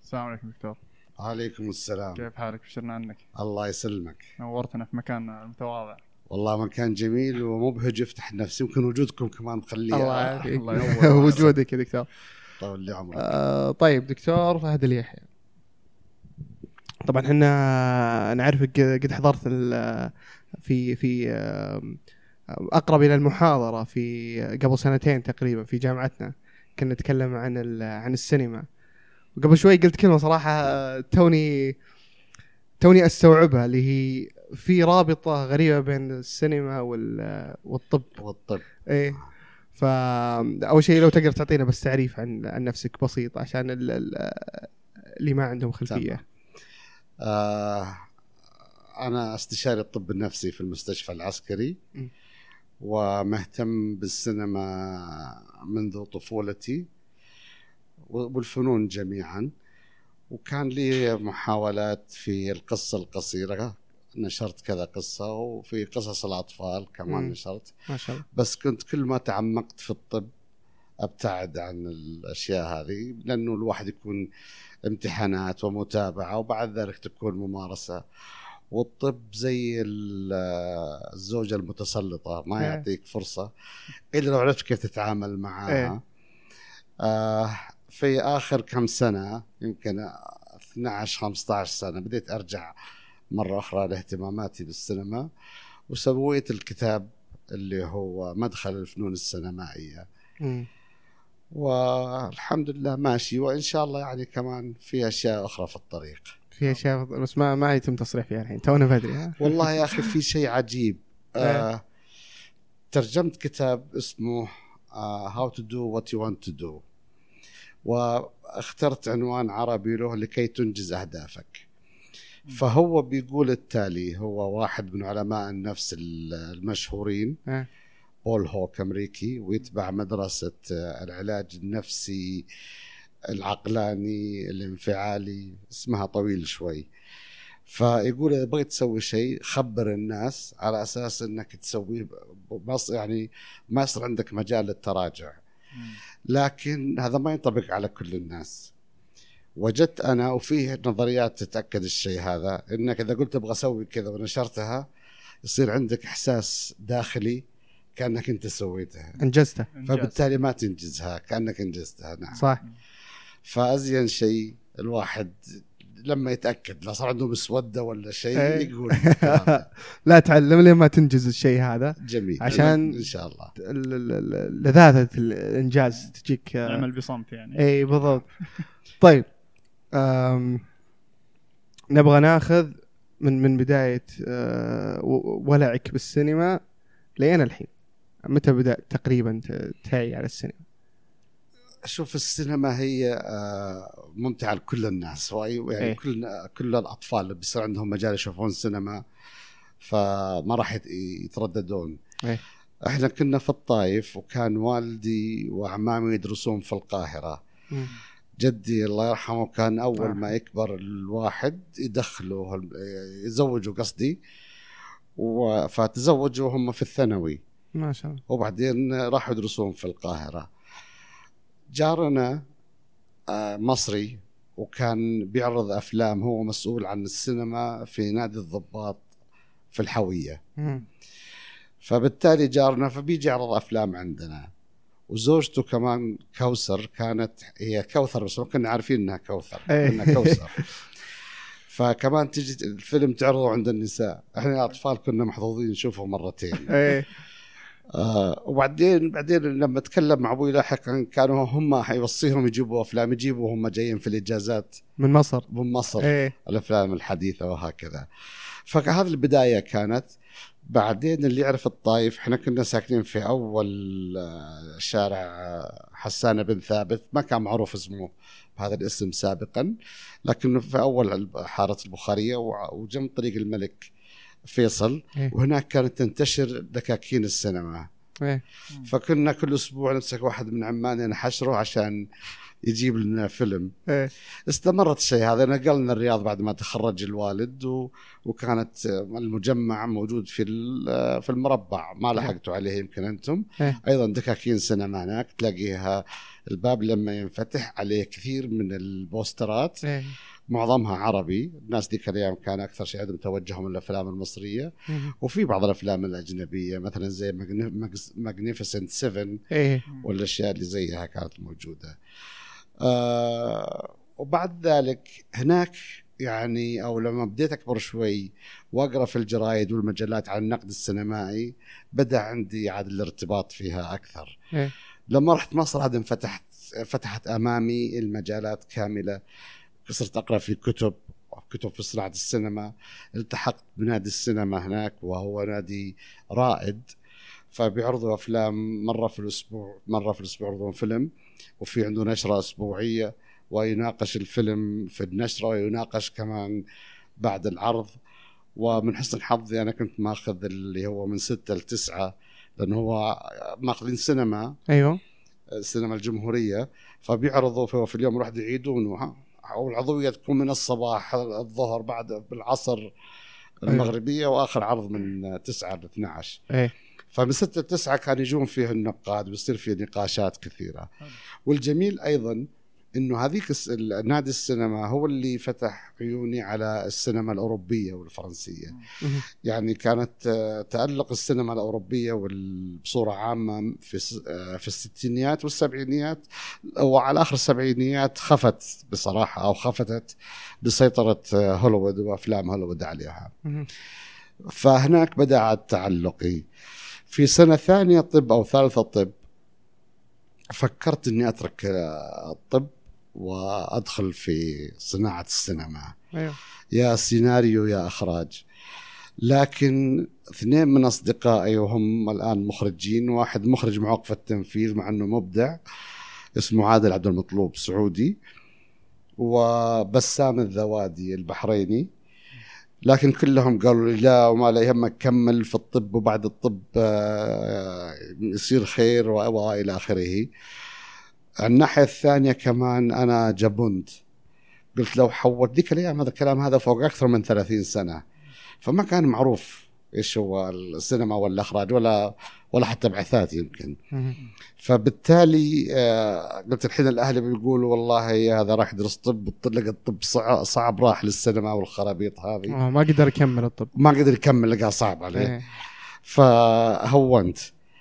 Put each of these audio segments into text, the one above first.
السلام عليكم دكتور. عليكم السلام. كيف حالك؟ بشرنا عنك. الله يسلمك. نورتنا في مكان متواضع. والله مكان جميل ومبهج يفتح النفس. يمكن وجودكم كمان مخليه. الله يعافيك. الله ينور وجودك يا دكتور. طول لي عمرك. طيب دكتور فهد اليحيى، طبعا احنا نعرفك قد حضرت في اقرب الى المحاضره في قبل سنتين تقريبا في جامعتنا، كنا نتكلم عن السينما، وقبل شوي قلت كلمه صراحه توني استوعبها، اللي هي في رابطه غريبه بين السينما والطب. ايه، فاول شيء لو تقدر تعطينا بس تعريف عن نفسك بسيط عشان اللي ما عندهم خلفيه. انا استشاري الطب النفسي في المستشفى العسكري، ومهتم بالسينما منذ طفولتي والفنون جميعا، وكان لي محاولات في القصة القصيرة، نشرت كذا قصة، وفي قصص الأطفال كمان نشرت. ما شاء الله. بس كنت كل ما تعمقت في الطب أبتعد عن الأشياء هذه، لأنه الواحد يكون امتحانات ومتابعة، وبعد ذلك تكون ممارسة، والطب زي الزوجة المتسلطة، ما يعطيك فرصة إلا لو عرفت كيف تتعامل معها. في آخر كم سنة، يمكن 12-15 سنة، بديت أرجع مرة أخرى لاهتماماتي بالسينما، وسويت الكتاب اللي هو مدخل الفنون السينمائية. والحمد لله ماشي، وإن شاء الله يعني كمان في أشياء أخرى في الطريق. في أشياء بس ما يتم تصريح فيها الحين، تونا بدري. والله يا أخي في شيء عجيب. ترجمت كتاب اسمه How to do what you want to do، واخترت عنوان عربي له لكي تنجز أهدافك. فهو بيقول التالي، هو واحد من علماء النفس المشهورين، بول هوك، أمريكي، ويتبع مدرسة العلاج النفسي العقلاني الانفعالي، اسمها طويل شوي. فيقول إذا بغيت تسوي شيء خبر الناس على أساس أنك تسويه، يعني ما يصير عندك مجال للتراجع. لكن هذا ما ينطبق على كل الناس. وجدت أنا، وفيه نظريات تتأكد الشيء هذا، أنك إذا قلت أبغى أسوي كذا ونشرتها يصير عندك إحساس داخلي كأنك أنت سويتها، أنجزتها، فبالتالي ما تنجزها كأنك أنجزتها. نعم صح. فأزين شيء الواحد لما يتأكد، لا صار عنده مسودة ولا شيء يقول لا تعلم لين ما تنجز الشيء هذا. جميل، عشان إن شاء الله لذاذة الإنجاز تجيك. نعمل بصمت يعني. أي بالضبط. طيب نبغى ناخذ من بداية ولعك بالسينما لين الحين، متى بدأ تقريبا تعي على السينما؟ شوف، السينما هي ممتعة لكل الناس، يعني كل الأطفال اللي بيصير عندهم مجال يشوفون السينما فما راح يترددون. احنا كنا في الطائف، وكان والدي وأعمامي يدرسون في القاهرة. جدي الله يرحمه كان أول ما يكبر الواحد يزوجوا قصدي، فتزوجوا هم في الثانوي ما شاء الله، وبعدين راحوا يدرسون في القاهرة. جارنا مصري، وكان بيعرض أفلام، هو مسؤول عن السينما في نادي الضباط في الحوية. فبالتالي جارنا فبيجي يعرض أفلام عندنا، وزوجته كمان كوثر، كانت هي كوثر بس ما كنا عارفين انها كوثر، كنا كوثر. فكمان تجي الفيلم تعرضه عند النساء، احنا اطفال كنا محظوظين نشوفه مرتين. وبعدين لما تكلم مع ابوي لاحقا، كانوا هم حيوصيهم يجيبوا افلام، يجيبوا هم جايين في الاجازات من مصر الافلام الحديثه وهكذا. فهذه البدايه كانت. بعدين اللي يعرف الطائف، احنا كنا ساكنين في اول شارع حسان بن ثابت، ما كان معروف اسمه بهذا الاسم سابقا، لكنه في اول حاره البخاريه، وجنب طريق الملك فيصل. وهناك كانت تنتشر دكاكين السينما إيه. فكنا كل اسبوع نمسك واحد من عمان نحشره عشان يجيب لنا فيلم. إيه. استمرت الشيء هذا، نقلنا الرياض بعد ما تخرج الوالد وكانت المجمع موجود في المربع، ما لحقتوا عليه يمكن أنتم. أيضا دكاكين سينما هناك تلاقيها الباب لما ينفتح عليه كثير من البوسترات، معظمها عربي. الناس ديك الأيام كان أكثر شيء عندهم توجههم الأفلام المصرية، وفي بعض الأفلام الأجنبية مثلا زي ماجنيفيسنت 7 والأشياء اللي زيها كانت موجودة. وبعد ذلك هناك يعني، أو لما بديت أكبر شوي وأقرأ في الجرايد والمجلات عن النقد السينمائي، بدأ عندي عاد الارتباط فيها أكثر. لما رحت مصر هذا فتحت أمامي المجالات كاملة، صرت أقرأ في كتب في صناعة السينما. التحقت بنادي السينما هناك وهو نادي رائد، فبيعرضوا أفلام مرة في الأسبوع يعرضون فيلم، وفي عنده نشرة أسبوعية ويناقش الفيلم في النشرة ويناقش كمان بعد العرض. ومن حسن حظي أنا كنت ماخذ اللي هو من 6 ل 9، لأنه هو ماخذين سينما، أيوة السينما الجمهورية، فبيعرضوا في اليوم الواحد يعيدونه، أو العضوية تكون من الصباح الظهر بعد بالعصر المغربية، وآخر عرض من 9 ل 12. فمن 6 ل 9 كان يجون فيه النقاد ويصير فيه نقاشات كثيرة. والجميل أيضا إنه هذيك نادي السينما هو اللي فتح عيوني على السينما الأوروبية والفرنسية. يعني كانت تألق السينما الأوروبية بصورة عامة في الستينيات والسبعينيات، وعلى آخر السبعينيات خفت بصراحة، أو خفتت بسيطرة هوليوود وأفلام هوليوود عليها. فهناك بدأ تعلقي. في سنة ثانية طب أو ثالثة طب فكرت أني أترك الطب وأدخل في صناعة السينما. يا سيناريو يا إخراج. لكن 2 من أصدقائي وهم الآن مخرجين، واحد مخرج معوق في التنفيذ مع أنه مبدع اسمه عادل عبد المطلوب سعودي، وبسام الذوادي البحريني، لكن كلهم قالوا لي لا وما لا يهمك كمل في الطب، وبعد الطب يصير خير وإلى آخره. الناحية الثانية كمان أنا جبنت، قلت لو حولت ديك الأيام، هذا الكلام هذا فوق أكثر من 30 سنة، فما كان معروف إيش هو السينما ولا الإخراج ولا حتى بعثات يمكن. فبالتالي قلت الحين الأهل بيقولوا والله هذا راح يدرس طب، لقى الطب صعب، راح للسينما والخرابيط هذه، ما قدر يكمل الطب، ما قدر يكمل، لقى صعب عليه. فهونت.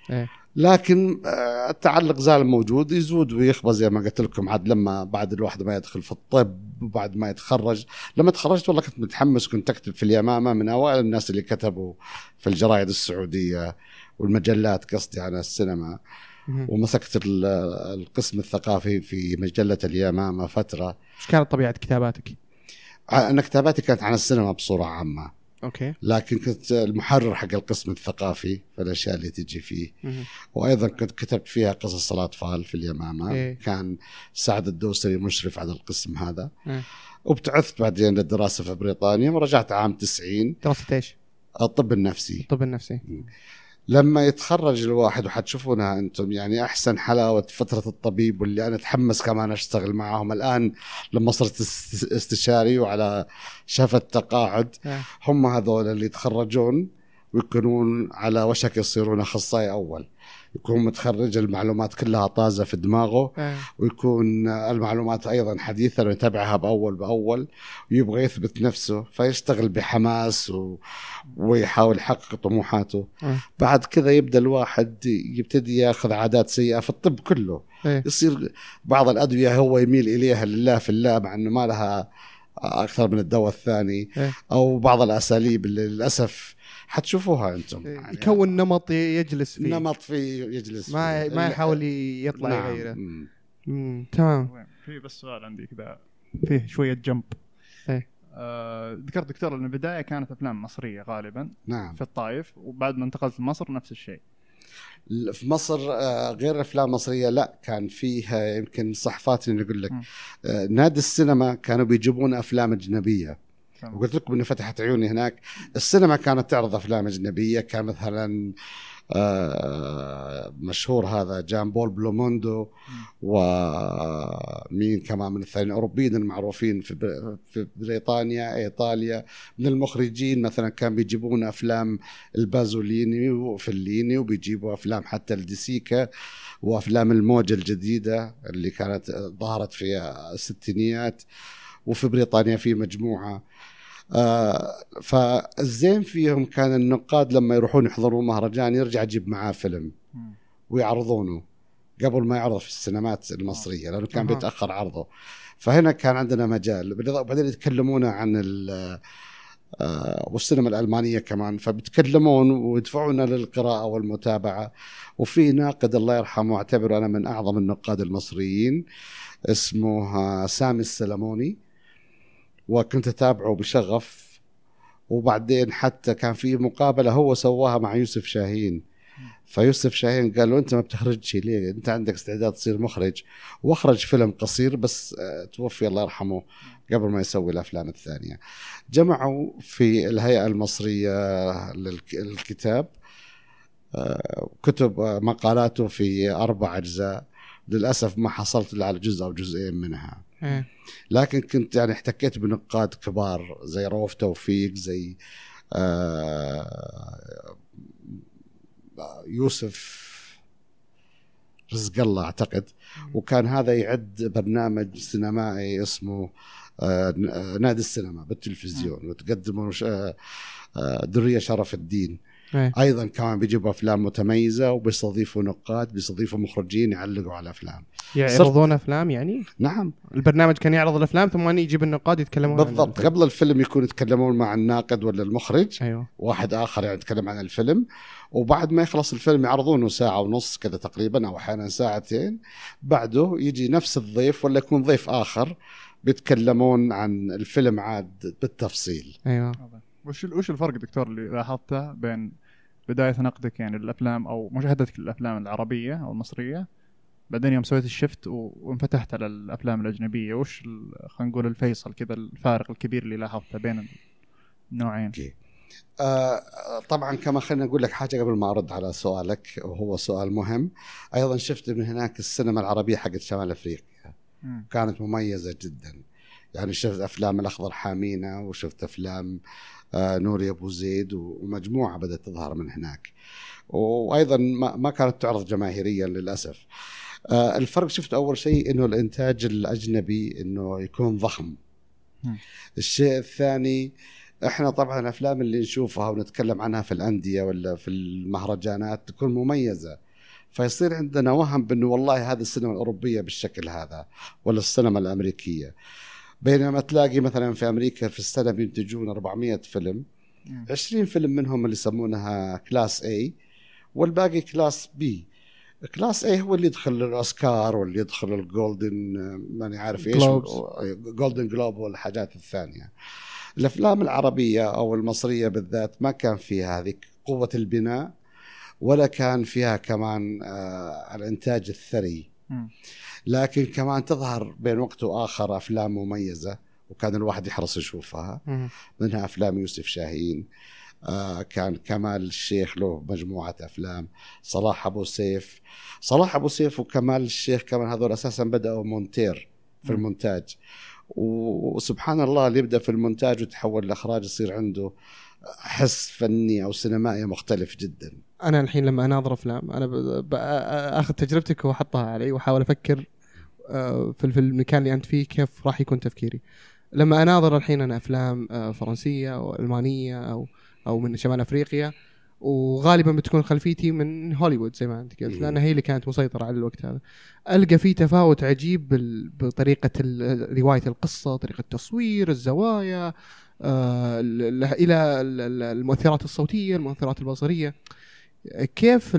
لكن التعلق زال موجود، يزود ويخبز زي ما قلت لكم. عاد لما بعد الواحد ما يدخل في الطب وبعد ما يتخرج، لما تخرجت والله كنت متحمس، كنت أكتب في اليمامة، من أوائل الناس اللي كتبوا في الجرائد السعودية والمجلات قصدي عن السينما. ومسكت القسم الثقافي في مجلة اليمامة فترة. إيش كانت طبيعة كتاباتك؟ أنا كتاباتي كانت عن السينما بصورة عامة. أوكي. لكن كنت المحرر حق القسم الثقافي في الأشياء اللي تجي فيه. وأيضا كنت كتبت فيها قصص الأطفال في اليمامة. كان سعد الدوسري مشرف على القسم هذا. وابتعثت بعدين للدراسة في بريطانيا، ورجعت عام 90. دراسة إيش؟ الطب النفسي. الطب النفسي. لما يتخرج الواحد، وحتشوفونها أنتم يعني أحسن حلاوة فترة الطبيب، واللي أنا أتحمس كمان أشتغل معهم الآن لما صرت استشاري وعلى شفة تقاعد. هم هذول اللي يتخرجون ويكونون على وشك يصيرون أخصائي أول، يكون متخرج المعلومات كلها طازة في دماغه، ويكون المعلومات أيضا حديثة ويتابعها بأول ويبغى يثبت نفسه، فيشتغل بحماس ويحاول يحقق طموحاته. بعد كذا يبدأ الواحد يبتدي يأخذ عادات سيئة في الطب كله. يصير بعض الأدوية هو يميل إليها لله في الله، مع أنه ما لها أكثر من الدواء الثاني، أو بعض الأساليب اللي للأسف حتشوفوها أنتم. يعني يكون نمط يجلس فيه، نمط فيه يجلس ما فيه. ما يحاول يطلع. نعم. يغيره. تمام. في بس سؤال عندي كذا، فيه شوية جنب. ذكرت دكتور ان البداية كانت أفلام مصرية غالبا. نعم. في الطائف، وبعد ما انتقلت لمصر نفس الشيء. في مصر غير أفلام مصرية، لا كان فيها يمكن صحفات اللي نقول لك نادي السينما كانوا بيجيبون أفلام أجنبية. وقلت لكم إنه فتحت عيوني هناك. السينما كانت تعرض أفلام أجنبية، كان مثلا مشهور هذا جان بول بلوموندو، ومين كمان من الثانيين الأوروبيين المعروفين في بريطانيا إيطاليا من المخرجين. مثلا كان بيجيبون أفلام البازوليني وفليني، وبيجيبوا أفلام حتى الديسيكا وأفلام الموجة الجديدة اللي كانت ظهرت في الستينيات، وفي بريطانيا في مجموعة. فالزين فيهم كان النقاد لما يروحون يحضروا مهرجان يرجع يجيب معاه فيلم ويعرضونه قبل ما يعرض في السينمات المصرية، لأنه كان بيتأخر عرضه. فهنا كان عندنا مجال. وبعدين يتكلمون عن والسينما الألمانية كمان، فبيتكلمون ويدفعونا للقراءة والمتابعة. وفي ناقد الله يرحمه أعتبره أنا من أعظم النقاد المصريين، اسمه سامي السلموني، وكنت أتابعه بشغف. وبعدين حتى كان في مقابلة هو سواها مع يوسف شاهين، فيوسف شاهين قال له أنت ما بتخرجش ليه؟ أنت عندك استعداد تصير مخرج. واخرج فيلم قصير بس توفي الله يرحمه قبل ما يسوي الأفلام الثانية. جمعوا في الهيئة المصرية للكتاب كتب مقالاته في 4 أجزاء. للأسف ما حصلت إلا على جزء أو جزئين منها، لكن كنت يعني احتكيت بنقاد كبار زي رؤوف توفيق، زي يوسف رزق الله أعتقد. وكان هذا يعد برنامج سينمائي اسمه نادي السينما بالتلفزيون، وتقدموا درية شرف الدين. أيضا كمان بيجيبوا أفلام متميزة، وبيستضيفوا نقاد، بيستضيفوا مخرجين يعلقوا على أفلام، يعرضون أفلام. يعني نعم، البرنامج كان يعرض الأفلام ثم يجيب النقاد يتكلمون بالضبط. قبل الفيلم يكون يتكلمون مع الناقد ولا المخرج. أيوة. واحد آخر يعني يتكلم عن الفيلم، وبعد ما يخلص الفيلم يعرضونه 1.5 ساعة كذا تقريبا، أو أحيانا 2 ساعة. بعده يجي نفس الضيف ولا يكون ضيف آخر بيتكلمون عن الفيلم عاد بالتفصيل. أيوة. وش الفرق دكتور اللي لاحظته بين بداية نقدك يعني الأفلام أو مشاهدتك للأفلام العربية أو المصرية، بعدين يوم سويت الشفت وانفتحت على الأفلام الأجنبية؟ وش خلينا نقول الفيصل كذا، الفارق الكبير اللي لاحظته بين النوعين؟ طبعا كما خلينا نقول لك حاجة قبل ما أرد على سؤالك، وهو سؤال مهم. أيضا شفت من هناك السينما العربية حقت شمال أفريقيا كانت مميزة جدا. يعني شفت أفلام الأخضر حامينا، وشفت أفلام نوري أبو زيد، ومجموعة بدأت تظهر من هناك. وأيضا ما كانت تعرض جماهيريا للأسف. الفرق شفت أول شيء إنه الإنتاج الأجنبي إنه يكون ضخم. الشيء الثاني، إحنا طبعا الأفلام اللي نشوفها ونتكلم عنها في الأندية ولا في المهرجانات تكون مميزة، فيصير عندنا وهم بأنه والله هذه السينما الأوروبية بالشكل هذا ولا السينما الأمريكية. بينما تلاقي مثلا في أمريكا في السنة بينتجون 400 فيلم، 20 فيلم منهم اللي يسمونها كلاس A، والباقي كلاس B. كلاس A هو اللي يدخل الأوسكار واللي يدخل الجولدن، ماني عارف إيش، جولدن جلوب والحاجات الثانية. الأفلام العربية أو المصرية بالذات ما كان فيها هذه قوة البناء، ولا كان فيها كمان الإنتاج الثري. لكن كمان تظهر بين وقت وآخر أفلام مميزة، وكان الواحد يحرص يشوفها. منها أفلام يوسف شاهين، كان كمال الشيخ له مجموعة أفلام، صلاح أبو سيف وكمال الشيخ كمان هذول أساسا بدأوا مونتير في المونتاج. وسبحان الله اللي يبدأ في المونتاج وتحول لإخراج يصير عنده حس فني أو سينمائي مختلف جدا. أنا الحين لما أناظر أفلام أنا أخذ تجربتك وأحطها علي وأحاول أفكر في المكان اللي أنت فيه كيف راح يكون تفكيري. لما أناظر الحين أنا أفلام فرنسية أو ألمانية أو من شمال أفريقيا، وغالبا بتكون خلفيتي من هوليوود زي ما أنت قلت، لأنها هي اللي كانت مسيطرة على الوقت هذا. ألقى فيه تفاوت عجيب بطريقة رواية القصة، طريقة التصوير، الزوايا، إلى المؤثرات الصوتية، المؤثرات البصرية. كيف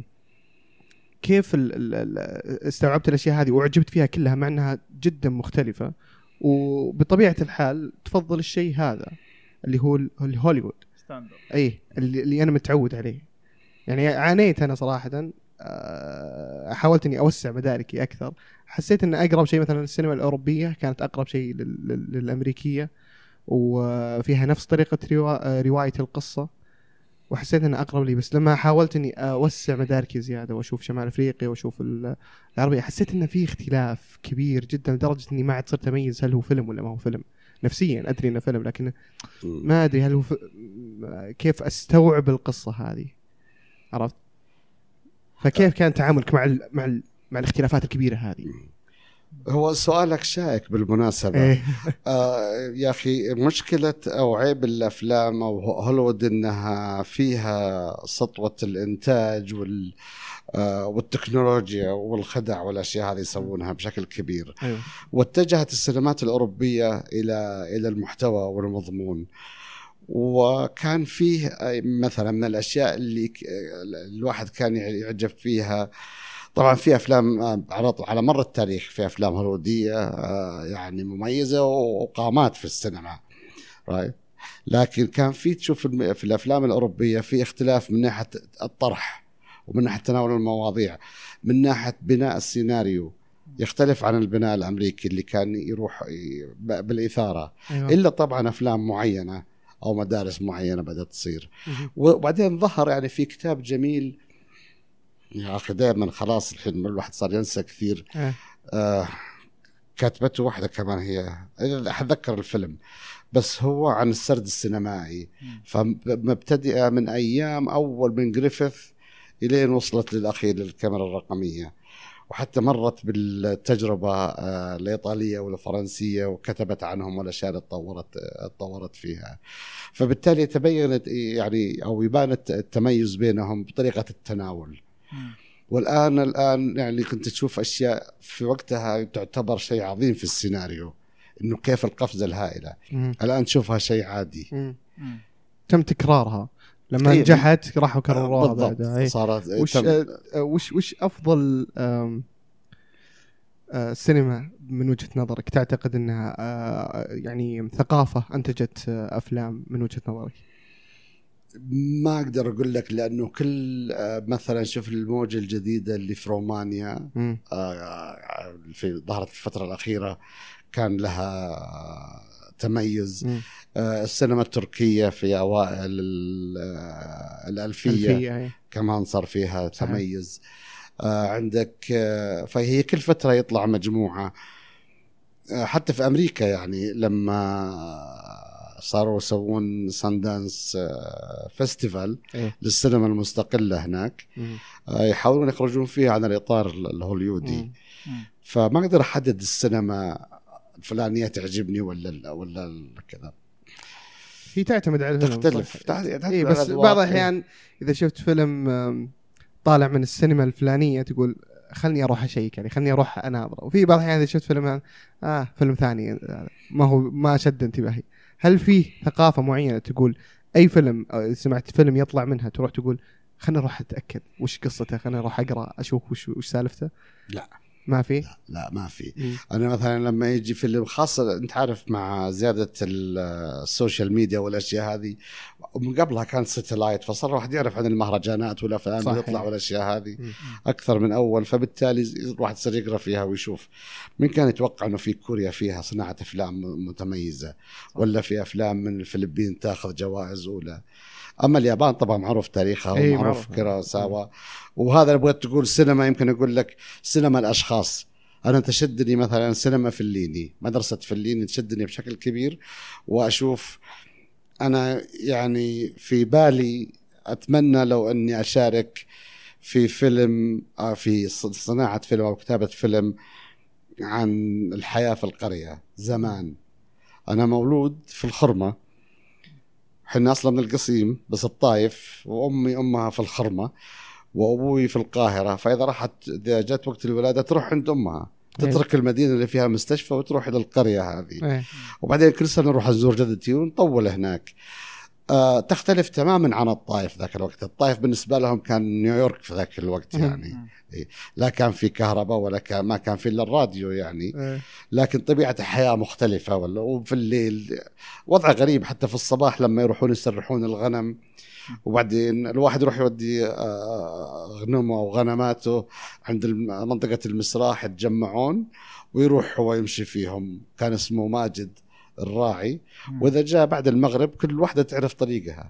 استوعبت الأشياء هذه وأعجبت فيها كلها مع أنها جدا مختلفة؟ وبطبيعة الحال تفضل الشيء هذا اللي هو الهوليوود، أي اللي أنا متعود عليه. يعني عانيت أنا صراحة، حاولت أني أوسع مداركي أكثر. حسيت أن أقرب شيء مثلا السينما الأوروبية كانت أقرب شيء للأمريكية، وفيها نفس طريقة رواية القصة، وحسيت انه اقرب لي. بس لما حاولت اني اوسع مداركي زياده واشوف شمال افريقيا واشوف العربيه، حسيت انه في اختلاف كبير جدا لدرجه اني ما عاد صرت اميز هل هو فيلم ولا ما هو فيلم. نفسيا ادري انه فيلم، لكن ما ادري هل هو كيف استوعب القصه هذه، عرفت؟ فكيف كان تعاملك مع الاختلافات الكبيره هذه؟ هو سؤالك شائك بالمناسبة. إيه. يا أخي مشكلة أو عيب الأفلام أو هوليوود إنها فيها سطوة الإنتاج والتكنولوجيا والخدع والأشياء هذه يسوونها بشكل كبير. أيوة. واتجهت السينمات الأوروبية إلى المحتوى والمضمون، وكان فيه مثلا من الأشياء اللي الواحد كان يعجب فيها. طبعا في أفلام على مر التاريخ في أفلام هوليوودية يعني مميزة وقامات في السينما، لكن كان في تشوف في الأفلام الأوروبية في اختلاف من ناحية الطرح ومن ناحية تناول المواضيع، من ناحية بناء السيناريو يختلف عن البناء الأمريكي اللي كان يروح بالإثارة. أيوة. إلا طبعا أفلام معينة أو مدارس معينة بدأت تصير. وبعدين ظهر يعني في كتاب جميل يا أخي دائما خلاص الحين الواحد صار ينسى كثير. كاتبته واحدة كمان هي أتذكر الفيلم، بس هو عن السرد السينمائي، فمبتدئة من أيام أول من جريفيث إلين وصلت للأخير للكاميرا الرقمية، وحتى مرت بالتجربة الإيطالية والفرنسية وكتبت عنهم والأشياء اللي اتطورت فيها. فبالتالي تبينت يعني أو يبان التميز بينهم بطريقة التناول. والآن يعني كنت تشوف أشياء في وقتها تعتبر شيء عظيم في السيناريو، إنه كيف القفزة الهائلة. الآن تشوفها شيء عادي. تم تكرارها لما نجحت راحوا كرروها بعدها. صارت وش أفضل السينما من وجهة نظرك تعتقد أنها يعني ثقافة أنتجت أفلام من وجهة نظرك؟ ما أقدر أقول لك، لأنه كل مثلا شوف الموجة الجديدة اللي في رومانيا في ظهرت في الفترة الأخيرة كان لها تميز. السينما التركية في أوائل الألفية كمان صار فيها تميز. عندك فهي كل فترة يطلع مجموعة. حتى في أمريكا يعني لما صاروا يسوون ساندانس فيستيفال للسينما المستقلة هناك، يحاولون يخرجون فيها عن الإطار الهوليودي. فما أقدر أحدد السينما الفلانية تعجبني ولا كذا. هي تعتمد على تختلف. بس بعض الأحيان إذا شفت فيلم طالع من السينما الفلانية تقول خلني أروح أشيك، يعني خلني أروح أناظره. وفي بعض الأحيان إذا شفت فيلم فيلم ثاني ما شد انتباهي. هل في ثقافة معينة تقول أي فيلم سمعت فيلم يطلع منها تروح تقول خلنا نروح أتأكد وش قصته، خلنا نروح أقرأ أشوف وش سالفته؟ لا ما في. لا ما في. أنا مثلا لما يجي فيلم خاصة أنت عارف مع زيادة السوشيال ميديا والأشياء هذه، ومن قبلها كان ساتلايت، فصار واحد يعرف عن المهرجانات والأفلام اللي يطلع والأشياء هذه أكثر من أول، فبالتالي الواحد صار يقرأ فيها ويشوف. من كان يتوقع أنه في كوريا فيها صناعة أفلام متميزة، ولا في أفلام من الفلبين تأخذ جوائز أولى. أما اليابان طبعا معروف تاريخها ومعروف كيروساوا. وهذا اللي بغيت تقول سينما، يمكن أقول لك سينما الأشخاص. أنا تشدني مثلا سينما فليني، مدرسة فليني تشدني بشكل كبير. وأشوف أنا يعني في بالي أتمنى لو أني أشارك في فيلم، في صناعة فيلم أو كتابة فيلم عن الحياة في القرية زمان. أنا مولود في الخرمة، حنا أصلا من القصيم بس الطايف، وأمي أمها في الخرمة وأبوي في القاهرة. فإذا إذا جات وقت الولادة تروح عند أمها، تترك المدينة اللي فيها مستشفى وتروح إلى القرية هذه. وبعدين كل سنة نروح نزور جدتي ونطول هناك. تختلف تماما عن الطائف ذاك الوقت. الطائف بالنسبة لهم كان نيويورك في ذاك الوقت يعني. لا كان في كهرباء ولا ما كان في إلا الراديو يعني. لكن طبيعة الحياة مختلفة. وفي الليل وضع غريب، حتى في الصباح لما يروحون يسرحون الغنم، وبعدين الواحد يروح يودي غنمه أو غنماته عند منطقة المسراح، يتجمعون ويروح هو يمشي فيهم. كان اسمه ماجد الراعي. وإذا جاء بعد المغرب كل واحدة تعرف طريقها،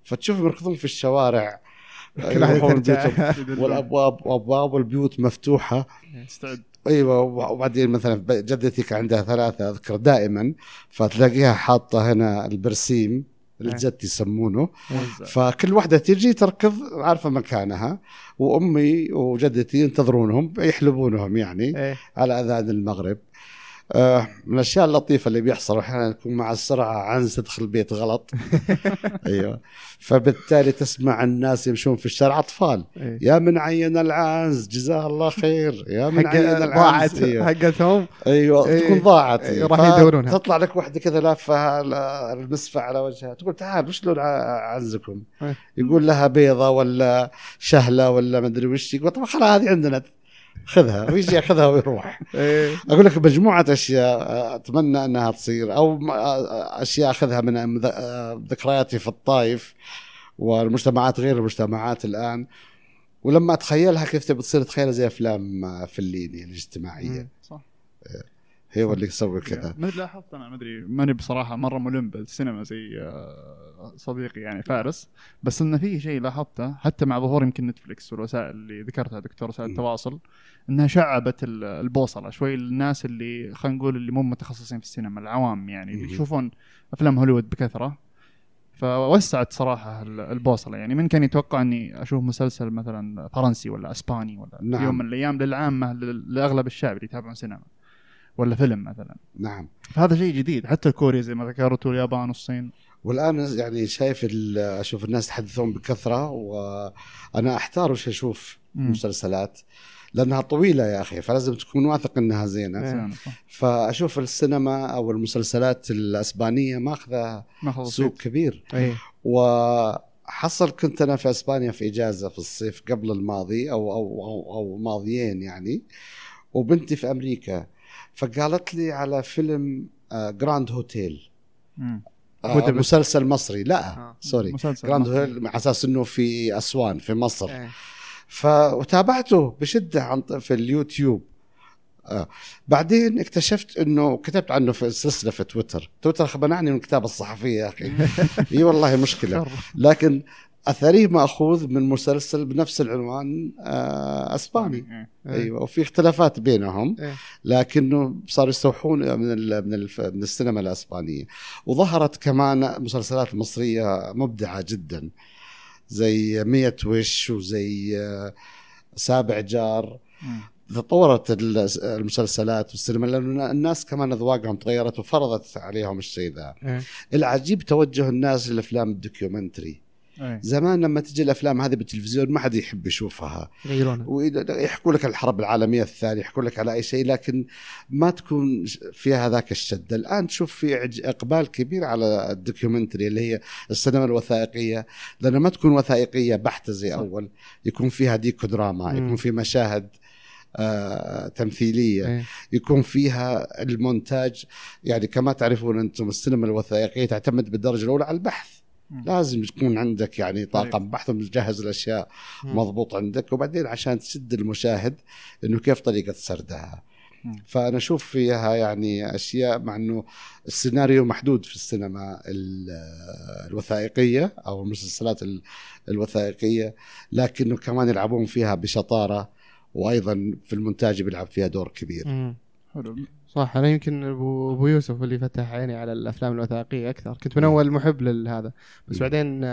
فتشوفهم يركضون في الشوارع، كل واحد يروحون ترجع. بيوتهم والابواب والبيوت مفتوحه. استعد. ايوه. وبعدين مثلا جدتي كان عندها 3 اذكر دائما، فتلاقيها حاطه هنا البرسيم الجد يسمونه، فكل واحدة تيجي تركض عارفة مكانها، وأمي وجدتي ينتظرونهم يحلبونهم يعني على أذان المغرب. من الأشياء اللطيفة اللي بيحصل أحيانا يكون مع السرعة عنز تدخل البيت غلط. أيوة. فبالتالي تسمع الناس يمشون في الشارع أطفال، يا من عين العنز جزاه الله خير، يا من عين العنز. أيوة. حقتهم أيوة. تكون ضاعت. راح يدورونها. تطلع لك واحدة كذا لافة المسفة على وجهها، تقول تعال وش لون عنزكم؟ يقول لها بيضة ولا شهلة ولا مدري وش. يقول طب خلاص هذه عندنا خذها، ويجي ياخذها ويروح. اقول لك مجموعه اشياء اتمنى انها تصير، او اشياء اخذها من ذكرياتي في الطائف والمجتمعات غير المجتمعات الان، ولما اتخيلها كيف تبي تصير اتخيلها زي افلام فليني الاجتماعيه. صح. هي اللي تسوي كذا. ما لاحظت انا، ما ادري ماني بصراحه مره ملم بالسينما زي صديقي يعني فارس، بس انه في شيء لاحظته حتى مع ظهور يمكن نتفليكس والوسائل اللي ذكرتها دكتور، وسائل التواصل، انها شعبت البوصله شوي للناس اللي خلينا نقول اللي مو متخصصين في السينما، العوام يعني اللي يشوفون افلام هوليوود بكثره، فوسعت صراحه البوصله. يعني من كان يتوقع اني اشوف مسلسل مثلا فرنسي ولا اسباني ولا نعم. يوم من الايام للعامه لاغلب الشعب اللي يتابعون سينما ولا فيلم مثلا. نعم. هذا شيء جديد، حتى الكوريا زي ما ذكرت واليابان والصين. والآن يعني شايف أشوف الناس يتحدثون بكثرة، وأنا أحتار وش أشوف مسلسلات لأنها طويلة يا أخي، فلازم تكون واثق أنها زينة. فأشوف السينما أو المسلسلات الأسبانية ماخذة سوق كبير. وحصل كنت أنا في أسبانيا في إجازة في الصيف قبل الماضي أو ماضيين يعني، وبنتي في أمريكا، فقالت لي على فيلم جراند هوتيل. مسلسل مصري. لا سوري، جراند هوتيل على اساس انه في اسوان في مصر. وتابعته بشده في اليوتيوب. بعدين اكتشفت انه كتبت عنه في سلسله في تويتر خبنعني من الكتابه الصحفيه يا اخي. اي والله مشكله. لكن اثريه ماخوذ من مسلسل بنفس العنوان اسباني. ايوه. وفي اختلافات بينهم، لكنه صاروا يستوحون من السينما الاسبانيه. وظهرت كمان مسلسلات مصريه مبدعه جدا زي 100 وش وزي سابع جار. تطورت المسلسلات والسينما لأن الناس كمان أذواقهم تغيرت وفرضت عليهم الشيء ذا. العجيب توجه الناس للأفلام الدوكيومنتري. زمان لما تجي الأفلام هذه بالتلفزيون ما حد يحب يشوفها، ويحكوا لك الحرب العالمية الثانية، يحكوا لك على أي شيء، لكن ما تكون فيها ذاك الشدة. الآن تشوف في إقبال كبير على الدوكيومنتري اللي هي السينما الوثائقية، لأنها ما تكون وثائقية بحتة زي أول، يكون فيها ديكو دراما، يكون في مشاهد تمثيلية، يكون فيها المونتاج. يعني كما تعرفون أنتم السينما الوثائقية تعتمد بالدرجة الأولى على البحث. لازم تكون عندك يعني طاقم بحث ومجهز الأشياء مضبوط عندك، وبعدين عشان تشد المشاهد إنه كيف طريقة سردها. فأنا أشوف فيها يعني أشياء، مع إنه السيناريو محدود في السينما الوثائقية أو المسلسلات الوثائقية، لكنه كمان يلعبون فيها بشطارة، وأيضا في المونتاج بيلعب فيها دور كبير. صح. أنا يمكن أبو يوسف اللي فتح عيني على الأفلام الوثائقية أكثر. كنت من أول محب لهذا، بس بعدين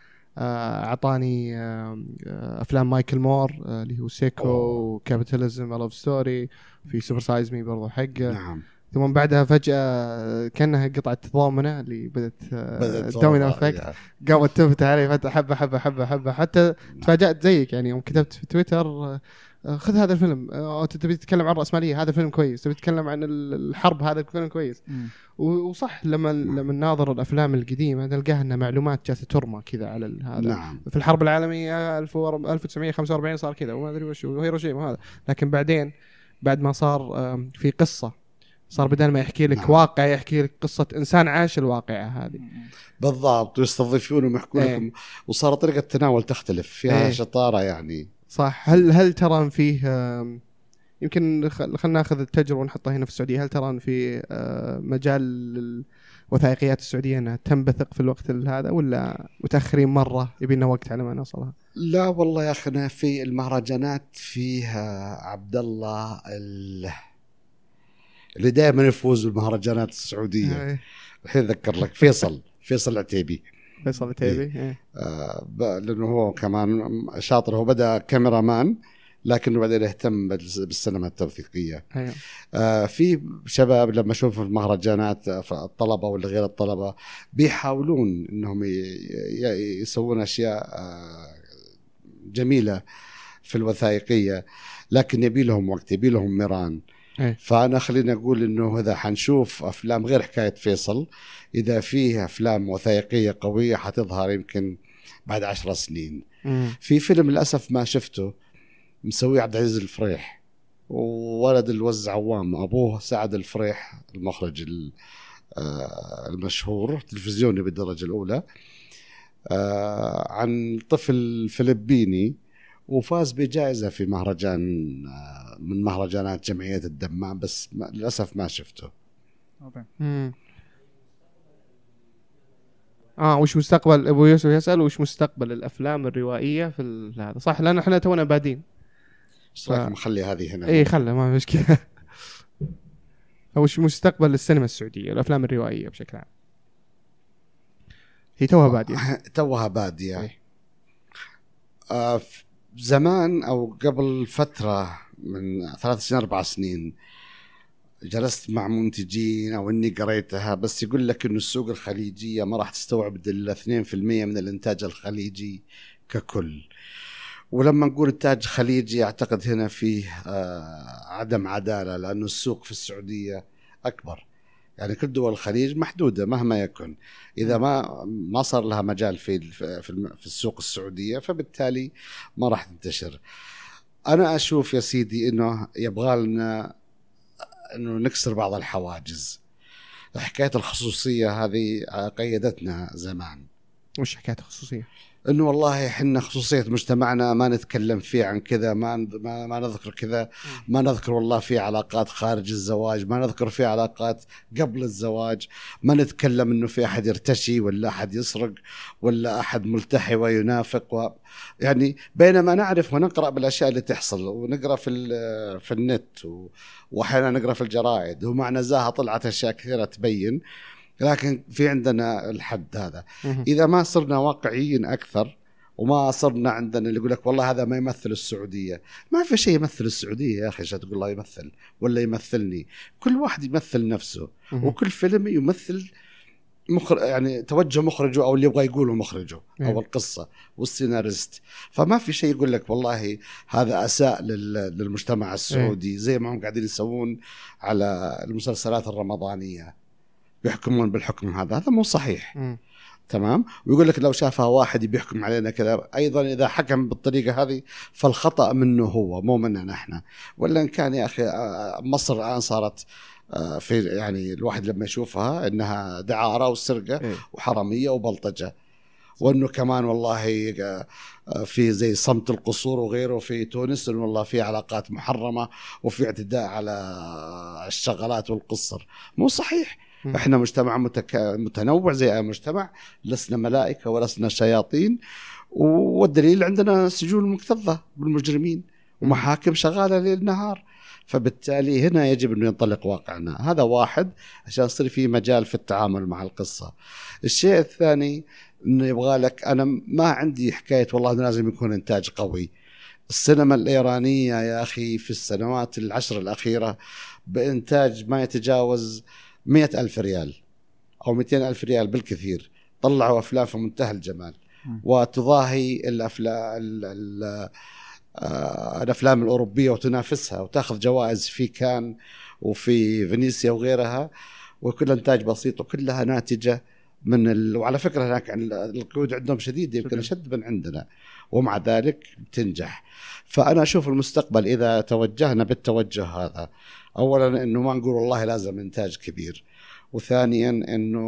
أعطاني أفلام مايكل مور اللي هو سيكو، كابيتاليزم، لوف ستوري، في سوبر سايز مي برضو حقه. نعم. ثم بعدها فجأة كأنها قطعة ضامنة اللي بدأت دومينو افكت، قامت تنفتح علي فتح حبة حبة حبة حبة، حتى تفاجأت زيك يعني يوم كتبت في تويتر خذ هذا الفيلم، تبي تتكلم عن الرأسمالية هذا فيلم كويس، تبي تتكلم عن الحرب هذا فيلم كويس. وصح لما نناظر الأفلام القديمة نلقاها أن معلومات جالسة ترمى كذا على هذا. نعم. في الحرب العالمية 1945 صار كذا وما أدري وش وهيروشيما هذا، لكن بعدين بعد ما صار في قصة، صار بدل ما يحكي لك واقع يحكي لك قصة إنسان عاش الواقعة هذه بالضبط، ويستضيفونهم ويحكوا لكم، وصار طريقة التناول تختلف فيها شطارة يعني. صح. هل ترى فيه يمكن خلنا ناخذ التجربة ونحطها هنا في السعودية. هل ترى أن في مجال الوثائقيات السعودية أنها تنبثق في الوقت هذا، ولا متأخرين مرة يبينا وقت على ما نوصلها؟ لا والله يا أخنا، في المهرجانات فيها عبد الله اللي دائما يفوز بالمهرجانات السعودية. الحين أذكر لك فيصل العتيبي. لأنه هو كمان شاطر، هو بدأ كاميرا مان لكنه بعدين يهتم بالسينما التوثيقية. في شباب لما أشوف في المهرجانات الطلبة ولا غير الطلبة بيحاولون إنهم يسوون أشياء جميلة في الوثائقية، لكن يبي لهم وقت، يبي لهم ميران. فأنا خلينا أقول إنه إذا حنشوف أفلام غير حكاية فيصل، إذا فيه أفلام وثائقية قوية حتظهر يمكن بعد 10 سنين. في فيلم للأسف ما شفته مسوي عبد العزيز الفريح، وولد الوز عوام، أبوه سعد الفريح المخرج المشهور تلفزيوني بالدرجة الأولى، عن طفل فلبيني وفاز بجائزة في مهرجان من مهرجانات جمعية الدمام، بس للأسف ما شفته. وش مستقبل أبو يوسف يسأل وش مستقبل الأفلام الروائية في هذا؟ صح، لأن احنا تونا بادين. مخلي هذه هنا. خلى ما مشكلة. وش مستقبل السينما السعودية الأفلام الروائية بشكل عام؟ هي توها بادية. زمان أو قبل فترة من 3 سنين 4 سنين جلست مع منتجين أو إني قريتها، بس يقول لك إنه السوق الخليجية ما راح تستوعب إلا 2% من الإنتاج الخليجي ككل. ولما نقول إنتاج خليجي أعتقد هنا فيه عدم عدالة، لأنه السوق في السعودية أكبر. يعني كل دول الخليج محدودة مهما يكن، إذا ما صار لها مجال في السوق السعودية فبالتالي ما راح تنتشر. أنا أشوف يا سيدي إنه يبغى لنا إنه نكسر بعض الحواجز. حكاية الخصوصية هذه قيدتنا زمان. وش حكاية الخصوصية؟ إنه والله إحنا خصوصية مجتمعنا ما نتكلم فيه عن كذا، ما نذكر كذا، ما نذكر والله في علاقات خارج الزواج، ما نذكر في علاقات قبل الزواج، ما نتكلم إنه في أحد يرتشي ولا أحد يسرق ولا أحد ملتحي وينافق يعني بينما نعرف ونقرأ بالأشياء اللي تحصل، ونقرأ في النت وأحيانا نقرأ في الجرائد، ومع نزاهة طلعت أشياء كثيرة تبين، لكن في عندنا الحد هذا. إذا ما صرنا واقعيين أكثر وما صرنا عندنا اللي يقول لك والله هذا ما يمثل السعودية، ما في شيء يمثل السعودية يا أخي. عشان تقول الله يمثل ولا يمثلني، كل واحد يمثل نفسه، وكل فيلم يمثل يعني توجه مخرجه أو اللي يبغى يقوله مخرجه أو القصة والسيناريست. فما في شيء يقول لك والله هذا أساء للمجتمع السعودي، زي ما هم قاعدين يسوون على المسلسلات الرمضانية، يحكمون بالحكم هذا مو صحيح. تمام. ويقول لك لو شافها واحد بيحكم علينا كذا. أيضا إذا حكم بالطريقة هذه فالخطأ منه هو مو مننا احنا. ولا إن كان يا أخي مصر الآن صارت في يعني الواحد لما يشوفها إنها دعارة وسرقة وحرامية وبلطجة، وإنه كمان والله في زي صمت القصور وغيره في تونس، إنه والله في علاقات محرمة وفي اعتداء على الشغلات والقصر. مو صحيح. احنا مجتمع متنوع زي اي مجتمع، لسنا ملائكة ولسنا شياطين، والدليل عندنا سجون مكتظة بالمجرمين ومحاكم شغالة ليل نهار. فبالتالي هنا يجب أن ينطلق واقعنا. هذا واحد عشان يصير في مجال في التعامل مع القصة. الشيء الثاني أنه يبغى لك، أنا ما عندي حكاية والله لازم يكون إنتاج قوي. السينما الإيرانية يا أخي في السنوات 10 الأخيرة بإنتاج ما يتجاوز 100,000 ريال أو 200,000 ريال بالكثير، طلعوا أفلام في منتهى الجمال وتضاهي الأفلام الأوروبية وتنافسها وتأخذ جوائز في كان وفي فينيسيا وغيرها، وكل إنتاج بسيط وكلها ناتجة من وعلى فكرة هناك القيود عندهم شديد، يمكن أشد من عندنا، ومع ذلك بتنجح. فأنا أشوف المستقبل إذا توجهنا بالتوجه هذا، أولا إنه ما نقول والله لازم إنتاج كبير، وثانيا إنه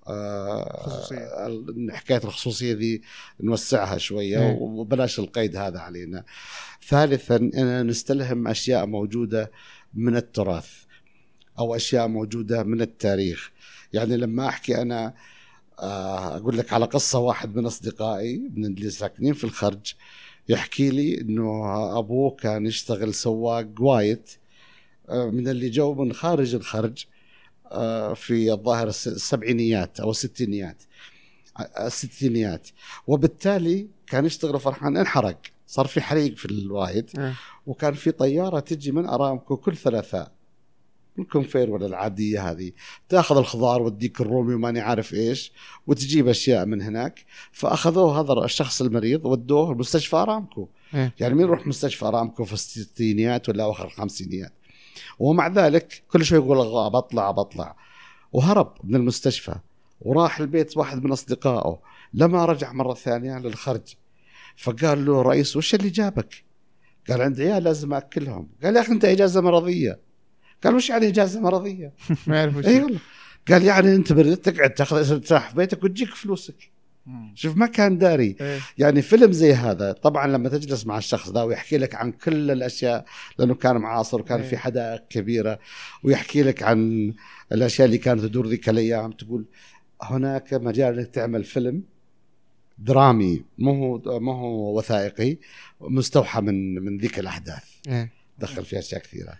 حكاية الخصوصية ذي نوسعها شوية وبلاش القيد هذا علينا. ثالثا أن نستلهم أشياء موجودة من التراث أو أشياء موجودة من التاريخ. يعني لما أحكي أنا أقول لك على قصة واحد من أصدقائي من اللي ساكنين في الخرج يحكي لي إنه أبوه كان يشتغل سواق وايت من اللي جو من خارج الخرج في الظاهر السبعينيات أو الستينيات، وبالتالي كان يشتغل فرحان. انحرق، صار في حريق في الوايت، وكان في طيارة تجي من أرامكو كل ثلاثاء، الكونفير ولا العادية هذه، تأخذ الخضار وتديك الرومي وماني عارف إيش وتجيب أشياء من هناك. فأخذوه هذا الشخص المريض ودوه مستشفى أرامكو. يعني مين يروح مستشفى أرامكو في الستينيات ولا أواخر الخمسينيات؟ ومع ذلك كل شوي يقول بطلع، وهرب من المستشفى وراح البيت واحد من أصدقائه. لما رجع مرة ثانية للخرج فقال له رئيس وش اللي جابك؟ قال عندي عيال لازم أكلهم. قال يا أخي أنت إجازة مرضية. قال وش يعني إجازة مرضية؟ ما يعرف وش. أي والله. قال يعني أنت تقعد تاخذ ترتاح في بيتك وتجيك فلوسك. شوف ما كان داري. يعني فيلم زي هذا طبعا لما تجلس مع الشخص ذا ويحكي لك عن كل الأشياء، لأنه كان معاصر وكان في حدائق كبيرة، ويحكي لك عن الأشياء اللي كانت تدور ذيك الأيام، تقول هناك مجال انك تعمل فيلم درامي ما هو وثائقي مستوحى من ذيك الأحداث. دخل فيها أشياء كثيرة.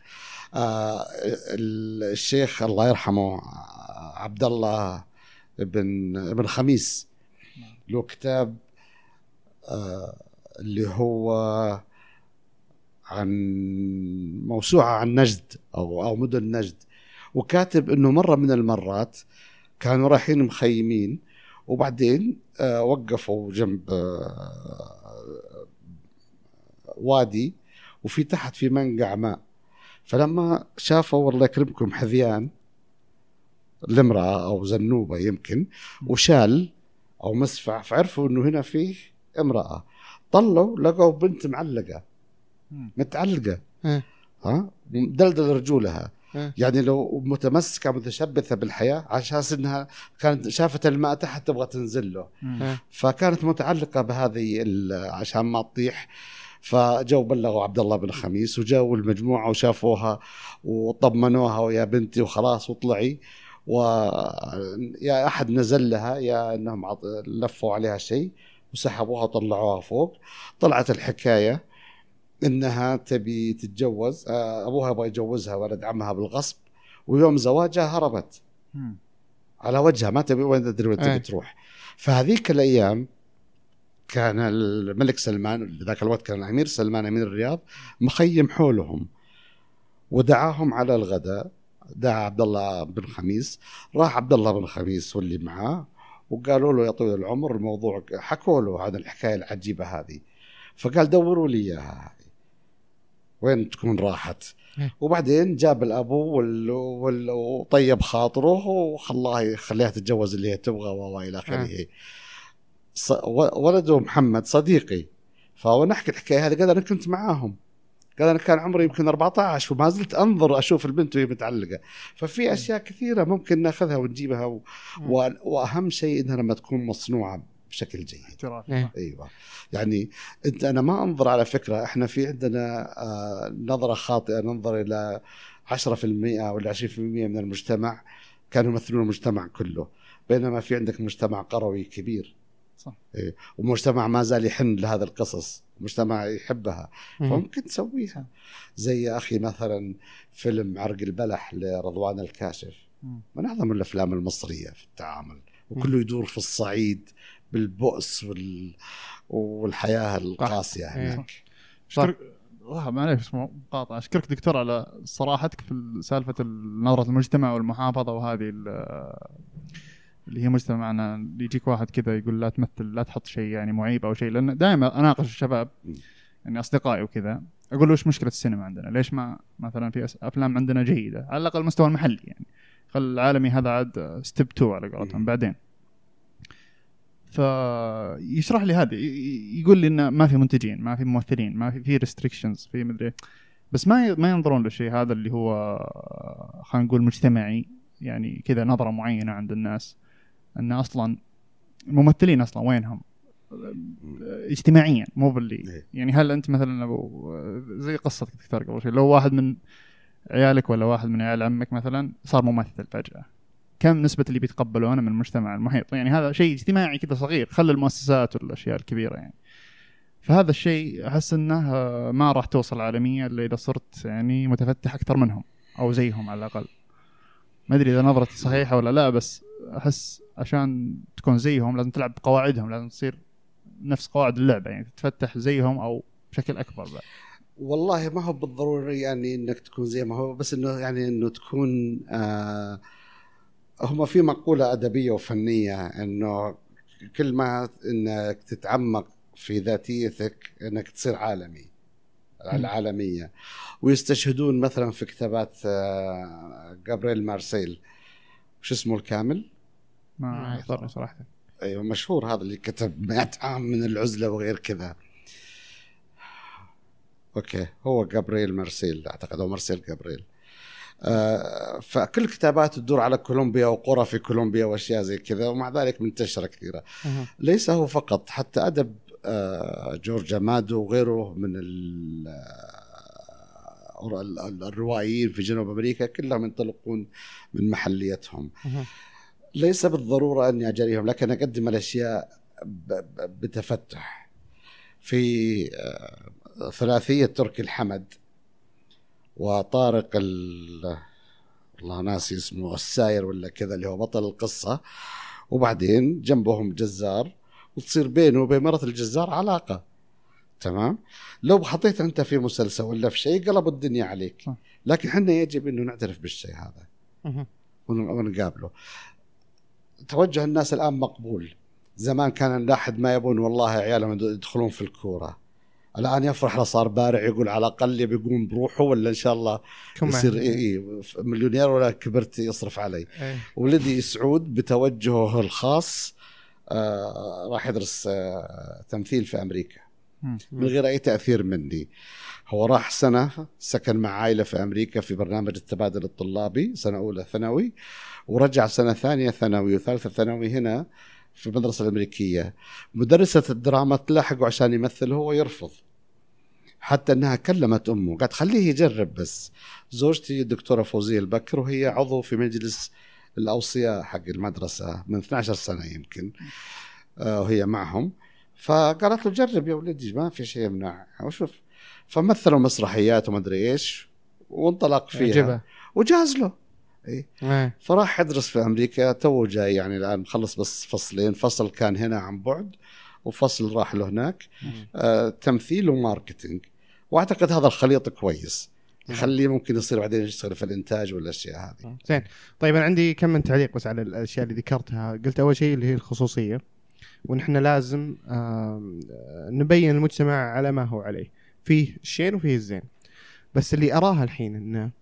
الشيخ الله يرحمه عبد الله ابن خميس له كتاب اللي هو عن موسوعة عن نجد أو مدن نجد، وكاتب إنه مرة من المرات كانوا رايحين مخيمين وبعدين وقفوا جنب وادي وفي تحت في منقع ماء، فلما شافوا والله يكرمكم حذيان الامرأة أو زنوبة يمكن وشال أو مسفع، فعرفوا إنه هنا فيه امرأة. طلوا لقوا بنت معلقة متعلقة دلدل رجولها، يعني لو متمسكة متشبثة بالحياة عشان إنها كانت شافت الماء تحت تبغى تنزل له، فكانت متعلقة بهذه عشان ما تطيح. فجو بلغوا عبد الله بن خميس وجاوا المجموعة وشافوها وطمنوها ويا بنتي وخلاص وطلعي، ويا أحد نزل لها يا أنهم لفوا عليها شيء وسحبوها وطلعوها فوق. طلعت الحكاية إنها تبي تتجوز، أبوها يبغى يجوزها ولد عمها بالغصب، ويوم زواجها هربت على وجهها ما تبي وين تدري وين تبي تروح. فهذيك الأيام كان الملك سلمان ذاك الوقت كان الأمير سلمان أمير الرياض مخيم حولهم ودعاهم على الغداء. دعا عبد الله بن خميس، راح عبد الله بن خميس واللي معاه وقالوا له يا طويل العمر الموضوع، حكوا له هذا الحكاية العجيبة هذه، فقال دوروا لي إياها وين تكون راحت. وبعدين جاب الأبو وطيب خاطره وخليها تتجوز اللي هي تبغى وإلى آخره. ولده محمد صديقي فهو نحكي الحكاية هذه، قال أنا كنت معاهم، قال أنا كان عمري يمكن 14 وما زلت أنظر أشوف البنت وهي متعلقة. ففي أشياء كثيرة ممكن نأخذها ونجيبها وأهم شيء إنها لما تكون مصنوعة بشكل جيد. أيوة يعني أنا ما أنظر على فكرة، إحنا في عندنا نظرة خاطئة، ننظر إلى 10% ولا 20% من المجتمع كانوا يمثلون المجتمع كله، بينما في عندك مجتمع قروي كبير صح. إيه. ومجتمع ما زال يحن لهذا القصص، مجتمع يحبها، فممكن تسويها. زي أخي مثلا فيلم عرق البلح لرضوان الكاشف من أعظم الأفلام المصرية في التعامل، وكله يدور في الصعيد بالبؤس والحياة القاسية هناك. شكرا معليش اسمه مقاطعة. أشكرك دكتور على صراحتك في سالفة نظرة المجتمع والمحافظة، وهذه اللي هي مجتمعنا اللي يجيك واحد كذا يقول لا تمثل لا تحط شيء يعني معيب أو شيء. لأن دائما أناقش الشباب يعني أصدقائي وكذا، أقول له إيش مشكلة السينما عندنا؟ ليش ما مثلا في أفلام عندنا جيدة على الأقل المستوى المحلي، يعني خل العالمي هذا عاد ستيب 2 على قولتهم بعدين. فيشرح لي هذه، يقول لي إن ما في منتجين، ما في ممثلين، ما في ريستريكشنز، في مدري، بس ما ينظرون للشيء هذا اللي هو خلينا نقول مجتمعي، يعني كذا نظرة معينة عند الناس. ان اصلا الممثلين اصلا وينهم اجتماعيا، مو باللي يعني. هل انت مثلا زي قصتك دكتور قبل شوي، لو واحد من عيالك ولا واحد من عيال عمك مثلا صار ممثل فجأة، كم نسبة اللي بيتقبلونه من المجتمع المحيط؟ يعني هذا شيء اجتماعي كذا صغير، خلى المؤسسات والاشياء الكبيرة يعني. فهذا الشيء احس انه ما راح توصل عالميا الا اذا صرت يعني متفتح اكثر منهم او زيهم على الاقل. ما ادري اذا نظرتي صحيحة ولا لا، بس احس عشان تكون زيهم لازم تلعب بقواعدهم، لازم تصير نفس قواعد اللعبة، يعني تتفتح زيهم او بشكل اكبر بقى. والله ما هو بالضروري يعني انك تكون زي ما هو، بس انه يعني انه تكون هم في مقولة أدبية وفنية انه كل ما انك تتعمق في ذاتيتك انك تصير عالمي، العالمية. ويستشهدون مثلا في كتابات جابرييل مارسيل، وش اسمه الكامل؟ ما يحضرني صراحة. ايوه مشهور هذا اللي كتب 100 عام من العزلة وغير كذا. اوكي هو جابرييل مارسيل اعتقد، او مارسيل جابرييل. فكل كتاباته تدور على كولومبيا وقرى في كولومبيا واشياء زي كذا، ومع ذلك منتشره كثيره. ليس هو فقط، حتى ادب جورج امادو وغيره من الروائيين في جنوب امريكا كلهم ينطلقون من محليتهم. ليس بالضروره اني اجاريهم، لكن اقدم الاشياء بتفتح. في ثلاثيه تركي الحمد وطارق الله ناسي اسمه الساير ولا كذا، اللي هو بطل القصة، وبعدين جنبهم جزار، وتصير بينه وبين مرة الجزار علاقة. تمام. لو حطيت أنت في مسلسل ولا في شيء قلب الدنيا عليك، لكن حنا يجب أنه نعترف بالشيء هذا ونقابله. توجه الناس الآن مقبول. زمان كان الواحد ما يبون والله عيالهم يدخلون في الكورة، الآن يفرح لصار بارع، يقول على الأقل بيقوم بروحه، ولا إن شاء الله يصير مليونير ولا كبرت يصرف علي. ولدي سعود بتوجهه الخاص راح يدرس تمثيل في أمريكا من غير أي تأثير مني. هو راح سنة سكن مع عائلة في أمريكا في برنامج التبادل الطلابي، سنة أولى ثانوي، ورجع سنة ثانية ثانوي وثالثة ثانوي هنا في المدرسة الأمريكية. مدرسة الدراما تلاحقه عشان يمثل، هو يرفض، حتى أنها كلمت أمه قالت خليه يجرب. بس زوجتي الدكتورة فوزية البكر، وهي عضو في مجلس الأوصياء حق المدرسة من 12 سنة يمكن، وهي معهم، فقالت له جرب يا ولدي ما في شيء يمنع وشوف. فمثلوا مسرحيات وما أدري إيش وانطلق فيها وجاز له. فراح يدرس في أمريكا، تو جاي يعني الآن مخلص بس فصلين، فصل كان هنا عن بعد وفصل راح له هناك تمثيل وماركتينج. واعتقد هذا الخليط كويس يخليه ممكن يصير بعدين يشتغل في الانتاج والاشياء هذه. زين. طيب انا عندي كم من تعليق بس على الاشياء اللي ذكرتها. قلت اول شيء اللي هي الخصوصيه، ونحن لازم نبين المجتمع على ما هو عليه، فيه الشين وفيه الزين. بس اللي اراها الحين انه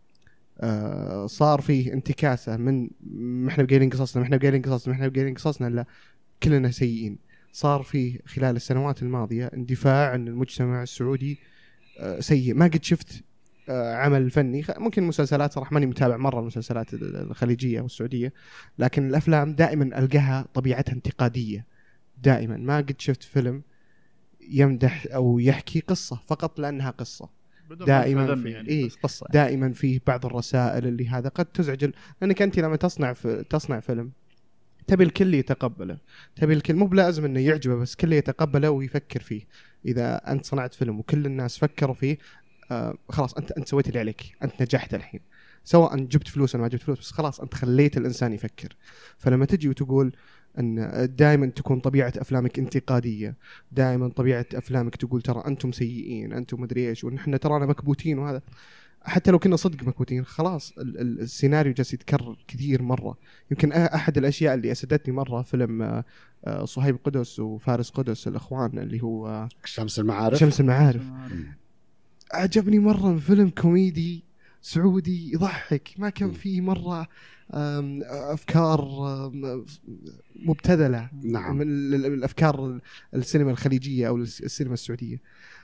صار فيه انتكاسه من ما احنا بقايلين قصصنا، ما احنا بقايلين قصصنا، ما احنا بقايلين قصصنا، لا كلنا سيئين. صار فيه خلال السنوات الماضيه اندفاع ان المجتمع السعودي سيء. ما قد شفت عمل فني، ممكن مسلسلات صراحة ماني متابع مرة المسلسلات الخليجية والسعودية، لكن الأفلام دائما ألقاها طبيعتها انتقادية دائما. ما قد شفت فيلم يمدح أو يحكي قصة فقط لأنها قصة. دائما في يعني قصة، دائما فيه بعض الرسائل اللي هذا قد تزعج، لأنك أنت لما تصنع فيلم تبي الكل يتقبله، تبي الكل مو بلازم انه يعجبه، بس كل يتقبله ويفكر فيه. اذا انت صنعت فيلم وكل الناس فكروا فيه خلاص انت سويت اللي عليك، انت نجحت الحين، سواء جبت فلوس ولا ما جبت فلوس، بس خلاص انت خليت الانسان يفكر. فلما تجي وتقول ان دائما تكون طبيعه افلامك انتقاديه، دائما طبيعه افلامك تقول ترى انتم سيئين، انتم مدري ايش، ونحن ترانا مكبوتين، وهذا حتى لو كنا صدق مكبوتين خلاص السيناريو جالس يتكرر كثير مره. يمكن احد الاشياء اللي اسدتني مره فيلم صهيب قدس وفارس قدس الاخوان اللي هو شمس المعارف. عجبني مره، فيلم كوميدي سعودي يضحك، ما كان فيه مره افكار مبتذله. نعم. من الافكار السينما الخليجيه او السينما السعوديه.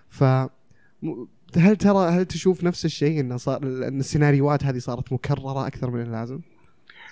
هل تشوف نفس الشيء ان صار ان السيناريوهات هذه صارت مكرره اكثر من اللازم؟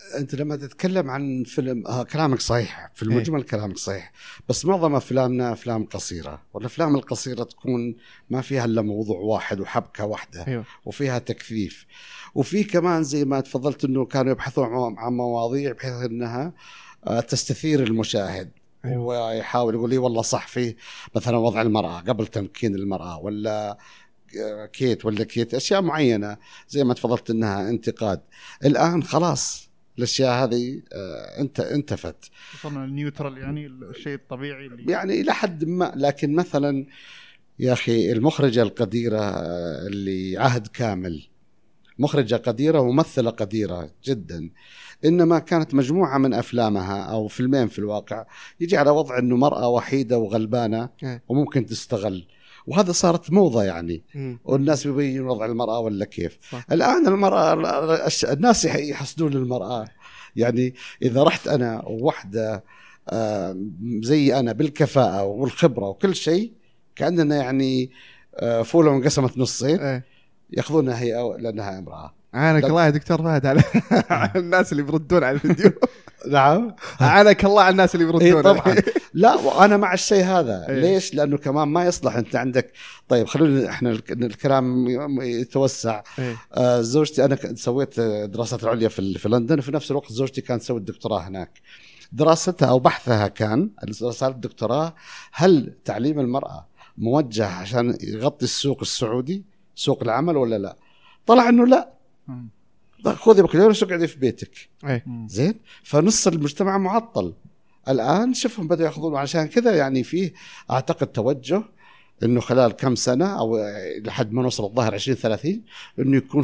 انت لما تتكلم عن فيلم كلامك صحيح في المجمل، كلامك صحيح، بس معظم افلامنا افلام قصيره، والافلام القصيره تكون ما فيها الا موضوع واحد وحبكه واحده. أيوه. وفيها تكثيف، وفي كمان زي ما تفضلت انه كانوا يبحثون عن مواضيع بحيث انها تستثير المشاهد. أيوه. ويحاول يقول لي والله صح، فيه مثلا وضع المرأة قبل تمكين المرأة، ولا كيت أشياء معينة زي ما تفضلت إنها انتقاد. الآن خلاص الأشياء هذه انتفت، وصلنا النيوترال، يعني الشيء الطبيعي اللي يعني إلى حد ما. لكن مثلا يا أخي المخرجة القديرة اللي عهد كامل، مخرجة قديرة وممثلة قديرة جدا، إنما كانت مجموعة من أفلامها أو فيلمين في الواقع يجي على وضع أنه مرأة وحيدة وغلبانة وممكن تستغل، وهذا صارت موضة يعني. والناس بيبين وضع المرأة ولا كيف. صح. الآن المرأة الناس يحسدون المرأة، يعني إذا رحت أنا ووحدة زي أنا بالكفاءة والخبرة وكل شيء، كأننا يعني فولة انقسمت نصين ياخذونها هي لأنها امرأة. عانك الله يا دكتور فهد على الناس اللي بيردون على الفيديو. نعم، عانك الله على الناس اللي بيردون. طبعا. لا، وأنا مع الشيء هذا. ليش؟ لأنه كمان ما يصلح. أنت عندك طيب خلونا إحنا الكلام يتوسع. زوجتي أنا سويت دراسات العليا في لندن، وفي نفس الوقت زوجتي كانت تسوي الدكتوراه هناك. دراستها أو بحثها كان رسالة الدكتوراه: هل تعليم المرأة موجه عشان يغطي السوق السعودي، سوق العمل، ولا لا؟ طلع انه لا. خذي بكالوريوس وقعدي في بيتك. زين. فنص المجتمع معطل الان. شوفهم بدأوا ياخذون. عشان كذا يعني فيه اعتقد توجه انه خلال كم سنه او لحد ما نوصل الظاهر 2030 انه يكون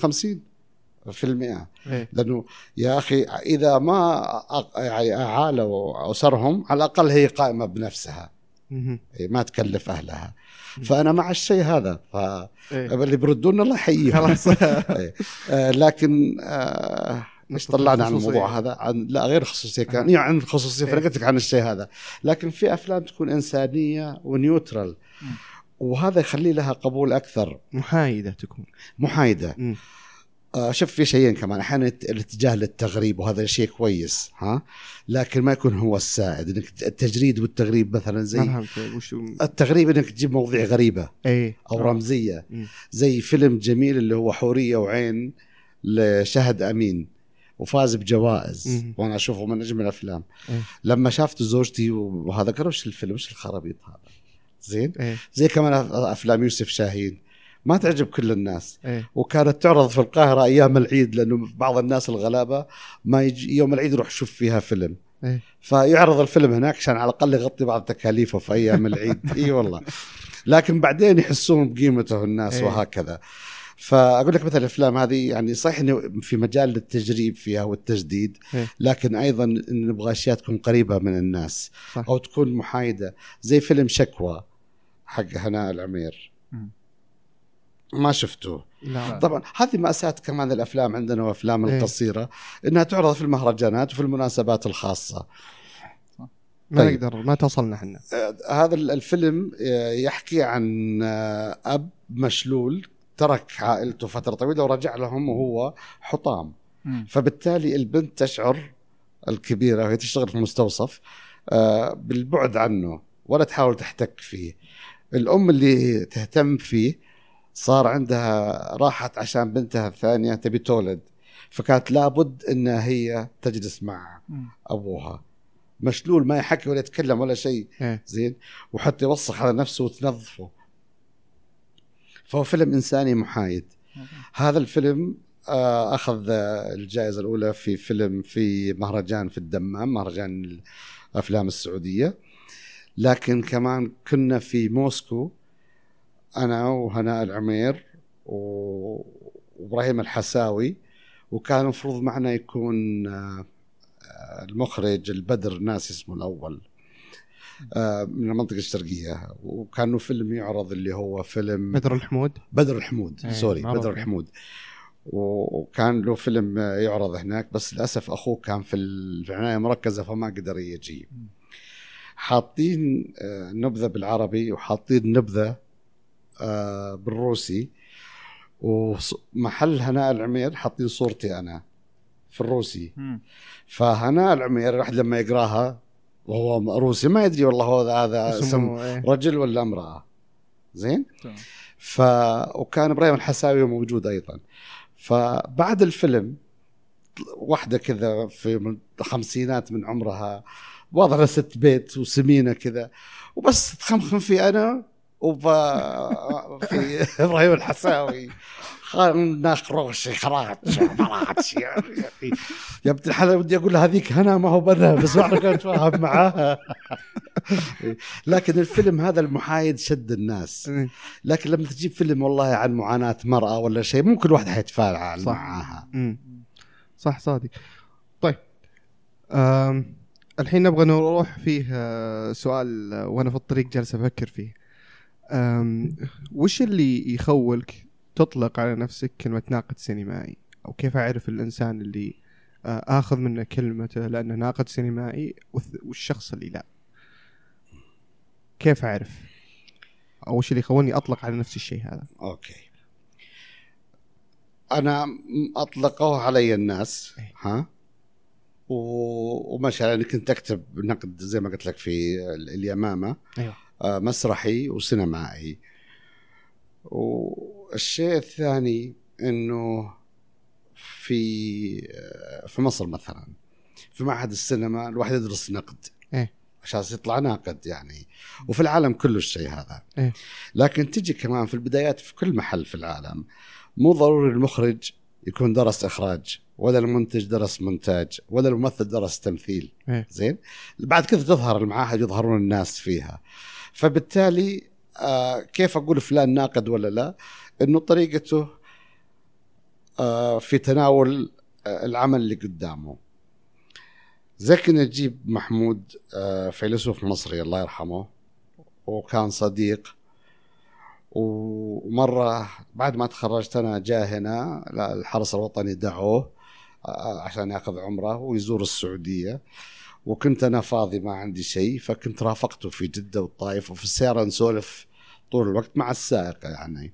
50%. لانه يا اخي اذا ما يعني اعالوا اسرهم، على الاقل هي قائمه بنفسها، ما تكلف اهلها. فانا مع الشيء هذا. اللي بيردون الله يحييهم. لكن مش طلعنا عن الموضوع هذا. لا غير خصوصيه، كان يعني عن الخصوصيه، فنقلت لك عن الشيء هذا. لكن في افلام تكون انسانيه ونيوترال، وهذا يخلي لها قبول اكثر. محايده، تكون محايده. شوف في شيئين كمان، احيانا الاتجاه للتغريب، وهذا شيء كويس لكن ما يكون هو السائد. انك التجريد والتغريب مثلا، زي التغريب انك تجيب مواضيع غريبة او رمزية. زي فيلم جميل اللي هو حورية وعين لشهد أمين، وفاز بجوائز، وانا اشوفه من اجمل الافلام. لما شافته زوجتي وهذا قالوا وش الفيلم، وش الخرابيط هذا. زين. زي كمان افلام يوسف شاهين ما تعجب كل الناس. وكانت تعرض في القاهرة أيام العيد، لأنه بعض الناس الغلابة ما يجي يوم العيد يروح يشوف فيها فيلم. فيعرض الفيلم هناك عشان على الأقل يغطي بعض تكاليفه في أيام العيد. والله. لكن بعدين يحسون بقيمته الناس وهكذا. فأقول لك مثلا الأفلام هذه يعني صحيح إنه في مجال للتجريب فيها والتجديد، لكن أيضا نبغى أشياء تكون قريبة من الناس أو تكون محايدة. زي فيلم شكوى حق هناء العمير، ما شفته. لا. طبعا هذه مأساة كمان الأفلام عندنا وأفلام القصيرة، إنها تعرض في المهرجانات وفي المناسبات الخاصة. ما نقدر، ما توصلنا احنا. هذا الفيلم يحكي عن أب مشلول ترك عائلته فترة طويلة ورجع لهم وهو حطام. فبالتالي البنت تشعر الكبيرة وهي تشتغل في المستوصف بالبعد عنه، ولا تحاول تحتك فيه. الأم اللي تهتم فيه صار عندها راحت عشان بنتها الثانية تبي تولد، فكانت لابد إنها هي تجلس مع أبوها. مشلول ما يحكي ولا يتكلم ولا شيء. زين. وحتى يوسخ على نفسه وتنظفه. فهو فيلم إنساني محايد. هذا الفيلم أخذ الجائزة الأولى في فيلم في مهرجان في الدمام، مهرجان الأفلام السعودية. لكن كمان كنا في موسكو أنا وهناء العمير وإبراهيم الحساوي، وكان المفروض معنا يكون المخرج البدر، ناس اسمه الأول، من المنطقة الشرقية. وكانوا فيلم يعرض اللي هو فيلم بدر الحمود. سوري، بدر الحمود. وكان له فيلم يعرض هناك، بس للأسف أخوه كان في العناية المركزة فما قدر يجي. حاطين نبذة بالعربي وحاطين نبذة بالروسي، ومحل هناء العمير حاطين صورتي أنا في الروسي. مم. فهنا العمير الواحد لما يقراها وهو روسي ما يدري والله هذا اسم إيه. رجل ولا امرأة. زين. تمام. وكان إبراهيم الحساوي موجود أيضا. فبعد الفيلم واحدة كذا في الخمسينات من عمرها، واضح ست بيت وسمينة كذا، وبس تخمخم في أنا في إبراهيم الحساوي ناخ روشي خراج مراتش يا ابن الحلال. ودي أقول هذيك هنا ما هو بدها بس ما كنت أتفاهم معاها. لكن الفيلم هذا المحايد شد الناس. لكن لما تجيب فيلم والله عن معاناة مرأة ولا شيء ممكن الواحد حيتفاعل معاها. صح صادق. طيب الحين نبغى نروح فيه سؤال وانا في الطريق جالس افكر فيه. وش اللي يخولك تطلق على نفسك كلمة ناقد سينمائي؟ او كيف اعرف الانسان اللي اخذ منه كلمته لانه ناقد سينمائي والشخص اللي لا؟ كيف اعرف؟ او وش اللي يخولني اطلق على نفس الشيء هذا؟ اوكي، انا اطلقوه علي الناس ها وماشي. انا كنت اكتب نقد زي ما قلت لك في اليمامة. ايوه. مسرحي وسينمائي. والشيء الثاني انه في مصر مثلا في معهد السينما الواحد يدرس نقد عشان يطلع ناقد يعني، وفي العالم كله الشيء هذا. لكن تجي كمان في البدايات في كل محل في العالم مو ضروري المخرج يكون درس إخراج، ولا المنتج درس مونتاج، ولا الممثل درس تمثيل. زين. بعد كذا تظهر المعاهد يظهرون الناس فيها. فبالتالي كيف أقول فلان ناقد ولا لا؟ إنه طريقته في تناول العمل اللي قدامه. زي كنا نجيب محمود فيلسوف مصري الله يرحمه، وكان صديق. ومرة بعد ما تخرجت أنا جاء هنا الحرس الوطني دعوه عشان يأخذ عمره ويزور السعودية، وكنت أنا فاضي ما عندي شيء، فكنت رافقته في جدة والطائف وفي السيارة نسولف طول الوقت مع السائق يعني.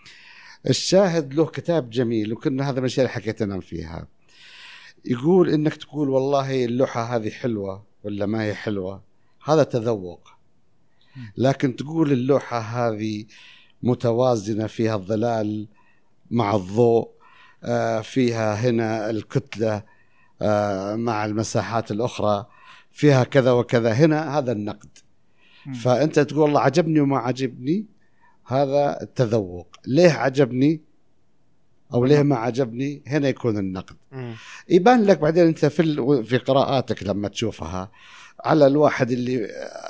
الشاهد له كتاب جميل، وكنا هذا من الأشياء اللي حكيت أنا فيها. يقول إنك تقول والله اللوحة هذه حلوة ولا ما هي حلوة، هذا تذوق. لكن تقول اللوحة هذه متوازنة، فيها الظلال مع الضوء، فيها هنا الكتلة مع المساحات الأخرى، فيها كذا وكذا، هنا هذا النقد. فأنت تقول الله عجبني وما عجبني، هذا التذوق. ليه عجبني أو ليه ما عجبني، هنا يكون النقد. يبان لك بعدين أنت في قراءاتك لما تشوفها على الواحد اللي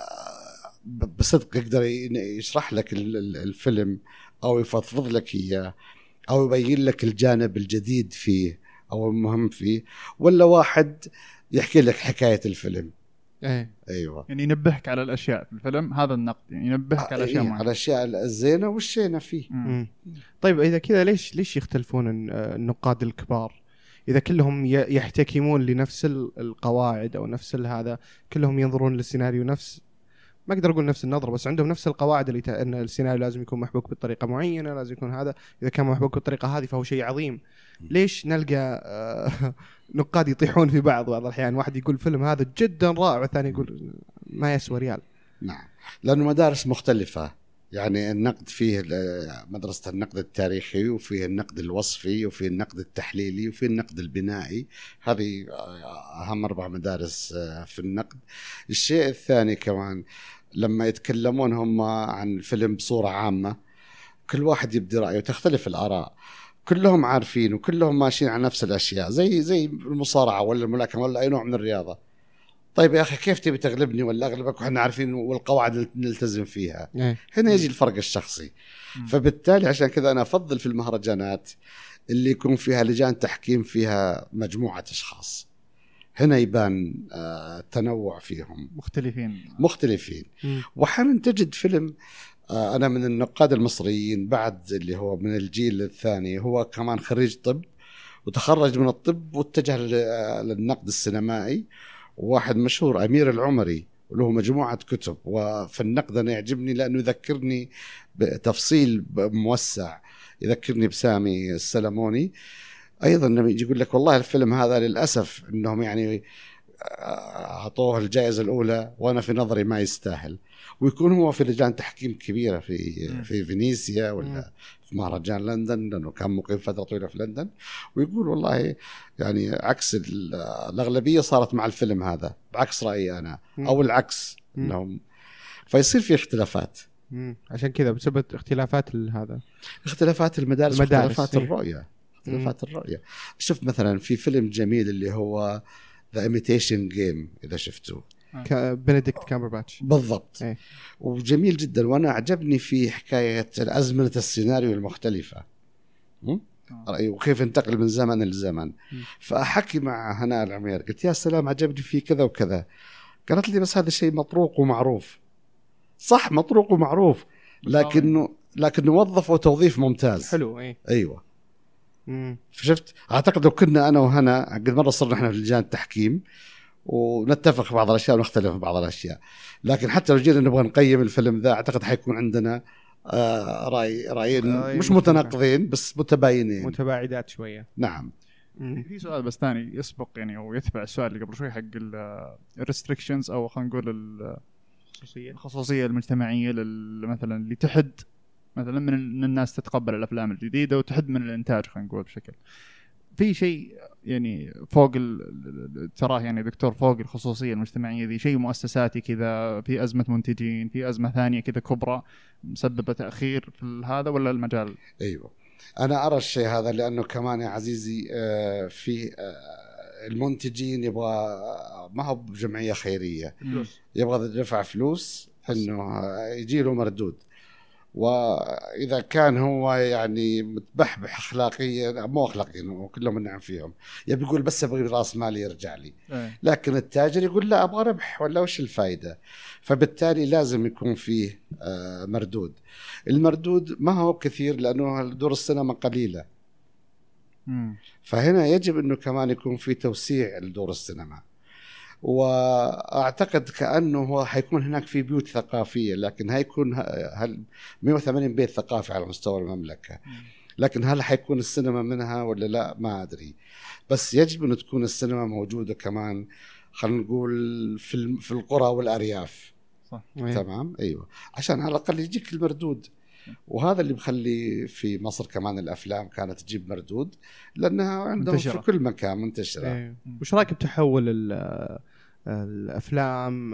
بصدق يقدر يشرح لك الفيلم أو يفضفض لك إياه أو يبين لك الجانب الجديد فيه أو المهم فيه، ولا واحد يحكي لك حكاية الفيلم. أيوة. يعني ينبهك على الأشياء في الفيلم، هذا النقد يعني ينبهك على أشياء على الأشياء الزينة والشينة فيه. طيب إذا كذا ليش يختلفون النقاد الكبار؟ إذا كلهم يحتكمون لنفس القواعد أو نفس هذا، كلهم ينظرون للسيناريو نفس، ما أقدر أقول نفس النظرة، بس عندهم نفس القواعد اللي أن السيناريو لازم يكون محبوك بطريقة معينة، لازم يكون هذا، إذا كان محبوك بالطريقة هذه فهو شيء عظيم. ليش نلقى نقاد يطيحون في بعض الأحيان؟ واحد يقول فيلم هذا جدا رائع والثاني يقول ما يسوى ريال. نعم، لأنه مدارس مختلفة. يعني النقد فيه مدرسة النقد التاريخي، وفيه النقد الوصفي، وفيه النقد التحليلي، وفيه النقد البنائي. هذه أهم 4 مدارس في النقد. الشيء الثاني كمان لما يتكلمون هم عن الفيلم بصورة عامة، كل واحد يبدي رأيه، تختلف الآراء، كلهم عارفين وكلهم ماشيين على نفس الأشياء، زي المصارعة ولا الملاكمة ولا أي نوع من الرياضة. طيب يا أخي كيف تبي تغلبني ولا أغلبك وإحنا عارفين والقواعد اللي نلتزم فيها؟ هنا يجي الفرق الشخصي. فبالتالي عشان كذا أنا أفضل في المهرجانات اللي يكون فيها لجان تحكيم، فيها مجموعة أشخاص، هنا يبان تنوع فيهم، مختلفين. وحين تجد فيلم، أنا من النقاد المصريين بعد اللي هو من الجيل الثاني، هو كمان خريج طب وتخرج من الطب واتجه للنقد السينمائي، واحد مشهور أمير العمري وله مجموعة كتب. وفي النقد أنا يعجبني لأنه يذكرني بتفصيل موسع، يذكرني بسامي السلموني. ايضا يجي يقول لك والله الفيلم هذا للاسف انهم يعني اعطوه الجائزه الاولى وانا في نظري ما يستاهل، ويكون هو في لجان تحكيم كبيره في فينيسيا ولا في مهرجان لندن، لانه كان مقيم فتره طويله في لندن، ويقول والله يعني عكس الاغلبيه صارت مع الفيلم هذا بعكس رايي انا، او العكس انهم، فيصير في اختلافات. عشان كذا بسبب اختلافات هذا، اختلافات المدارس. واختلافات الرؤيه، اختلافات الرؤيه. شوف مثلا في فيلم جميل اللي هو ذا إيميتيشن جيم، إذا شفتوه، بنديكت كامبرباتش بالضبط. وجميل جدا، وأنا أعجبني في حكاية أزمنة السيناريو المختلفة وكيف انتقل من زمن لزمن. فأحكي مع هناء العمير قلت يا سلام عجبني فيه كذا وكذا، قالت لي بس هذا الشيء مطروق ومعروف. صح، مطروق ومعروف، لكنه وظفه توظيف ممتاز حلو. أيوة. شفت، اعتقد لو كنا انا وهنا قد مره صرنا احنا في لجان التحكيم ونتفق في بعض الاشياء ونختلف في بعض الاشياء، لكن حتى لو جينا نبغى نقيم الفيلم ذا اعتقد حيكون عندنا رايين مش متناقضين بس متباينين، متباعدات شويه. نعم. في سؤال بس ثاني يسبق يعني او يتبع السؤال اللي قبل شوي حق الريستريكشنز او خلينا نقول الخصوصيه المجتمعيه مثلا اللي تحد مثلا من الناس تتقبل الافلام الجديده وتحد من الانتاج، خلينا نقول بشكل في شيء يعني فوق تراه يعني دكتور فوق الخصوصيه المجتمعيه ذي، شيء مؤسساتي كذا، في ازمه منتجين، في ازمه ثانيه كذا كبرى مسببه تاخير في هذا ولا المجال؟ ايوه انا ارى الشيء هذا، لانه كمان يا عزيزي في المنتجين يبغى ما هو بجمعيه خيريه، يبغى دفع فلوس انه يجي له مردود، وإذا كان هو يعني متبحبح أخلاقيا مو أخلاقيا كلهم النعم فيهم، يبي يقول بس أبغى رأس مالي يرجع لي، لكن التاجر يقول لا أبغى ربح ولا وش الفائدة، فبالتالي لازم يكون فيه مردود. المردود ما هو كثير لأنه دور السينما قليلة، فهنا يجب أنه كمان يكون في توسيع لدور السينما. واعتقد كانه هو حيكون هناك في بيوت ثقافيه، لكن هيكون 180 بيت ثقافي على مستوى المملكه، لكن هل حيكون السينما منها ولا لا ما ادري، بس يجب ان تكون السينما موجوده كمان، خلينا نقول في القرى والارياف. صح. تمام. ايوه، عشان على الاقل يجيك المردود، وهذا اللي مخلي في مصر كمان الافلام كانت تجيب مردود لانها عندهم منتشرة. في كل مكان منتشره. وش رايك بتحول الافلام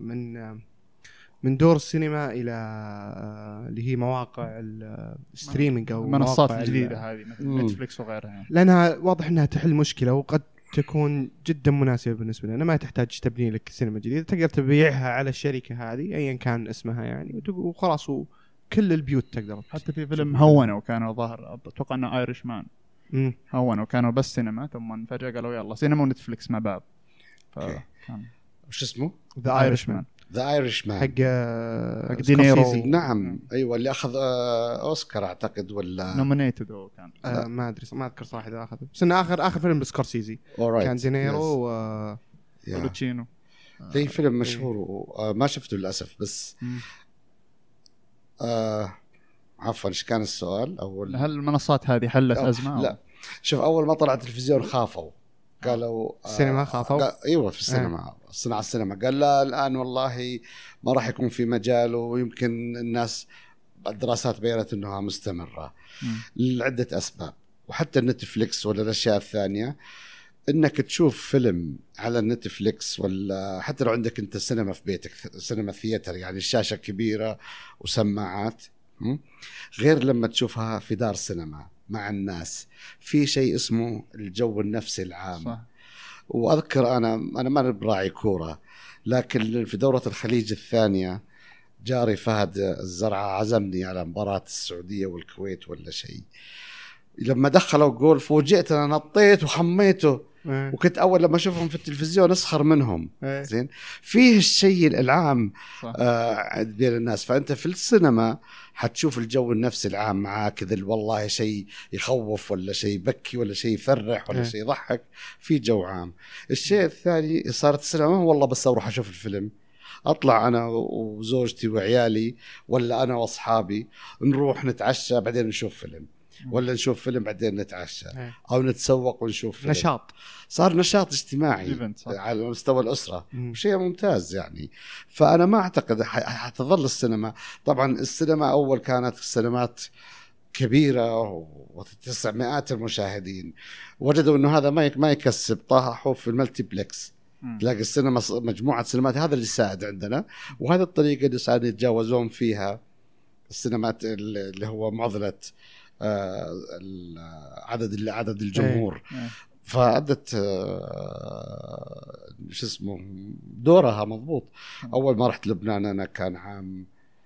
من دور السينما الى اللي هي مواقع الستريمينج او المنصات الجديده هذه مثل نتفليكس وغيرها يعني. لانها واضح انها تحل مشكله وقد تكون جدا مناسبه بالنسبه لنا، ما تحتاج تبني لك سينما جديده، تقدر تبيعها على الشركه هذه ايا كان اسمها يعني، وخلاص كل البيوت تقدر. حتى في فيلم هونوا وكانوا ظاهر اتوقع انه ايرش مان، هونوا وكانوا بس سينما، ثم فجاه قالوا يلا سينما ونتفليكس مع بعض، فكان وش اسمه؟ ذا ايرش مان. ذا ايرش مان حق دينيرو. نعم ايوه، اللي اخذ اوسكار اعتقد ولا نومينيتد هو كان ما ادري، ما اذكر صراحه اذا اخذ، بس انه اخر فيلم بسكورسيزي كان دينيرو ولوتشينو. في فيلم مشهور ما شفته للاسف، بس عفوا ايش كان السؤال اول؟ هل المنصات هذه حلت ازمه؟ لا شوف، اول ما طلع التلفزيون خافوا، قالوا السينما خافوا. ايوه في السينما صناع السينما قال لا الان والله ما راح يكون في مجال، ويمكن الناس الدراسات بينت انها مستمره لعده اسباب، وحتى النتفليكس ولا الاشياء الثانيه، انك تشوف فيلم على النتفليكس ولا حتى لو عندك انت سينما في بيتك، سينما ثياتر يعني الشاشه كبيره وسماعات، غير لما تشوفها في دار سينما مع الناس، في شيء اسمه الجو النفسي العام. صح. واذكر انا ما براعي كوره، لكن في دوره الخليج الثانيه جاري فهد الزرعه عزمني على مباراه السعوديه والكويت ولا شيء، لما دخلوا جول فوجئت، انا نطيت وحميته، وكنت اول لما اشوفهم في التلفزيون اسخر منهم. زين، فيه الشيء العام بين الناس، فانت في السينما حتشوف الجو النفسي العام معاك، كذا والله شيء يخوف ولا شيء يبكي ولا شيء يفرح ولا شيء يضحك، في جو عام. الشيء الثاني صارت السينما والله بس اروح اشوف الفيلم، اطلع انا وزوجتي وعيالي ولا انا واصحابي نروح نتعشى بعدين نشوف فيلم. ولا نشوف فيلم بعدين نتعشى إيه. او نتسوق ونشوف فيلم. نشاط. صار نشاط اجتماعي Event، صح. على مستوى الأسرة، مم. شيء ممتاز يعني. فأنا ما أعتقد حتظل السينما. طبعا السينما أول كانت السينمات كبيرة وتتسع مئات المشاهدين، وجدوا أنه هذا ما يكسب، طاحوا في الملتيبلكس. تلاقي السينما مجموعة سينمات، هذا اللي ساعد عندنا، وهذا الطريقة اللي ساعد يتجاوزون فيها السينمات اللي هو معضلة عدد الجمهور. فأدت شو اسمه دورها مضبوط. أول ما رحت لبنان أنا كان عام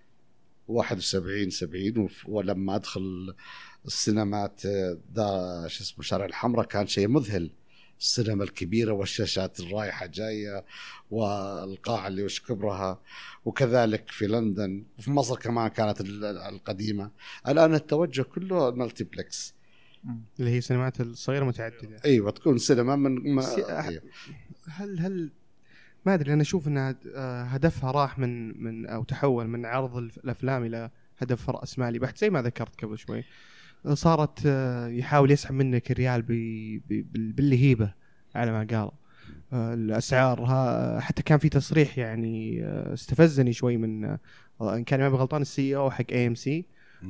71 ولما أدخل السينمات دا شو اسمه شارع الحمراء كان شيء مذهل. السينما الكبيرة والشاشات الرايحة جاية والقاعة اللي وش كبرها، وكذلك في لندن وفي مصر كمان كانت القديمة. الآن التوجه كله المالتيبلكس اللي هي سينمات الصغيرة متعددة. ايوه تكون سينما من أيوة. هل ما ادري، انا اشوف ان هدفها راح من او تحول من عرض الافلام الى هدف راس مالي بحت، زي ما ذكرت قبل شوي. صارت يحاول يسحب منك الريال باللهيبه على ما قال. الاسعار حتى كان في تصريح يعني استفزني شوي من ان كان ما بغلطان السي او حق اي ام سي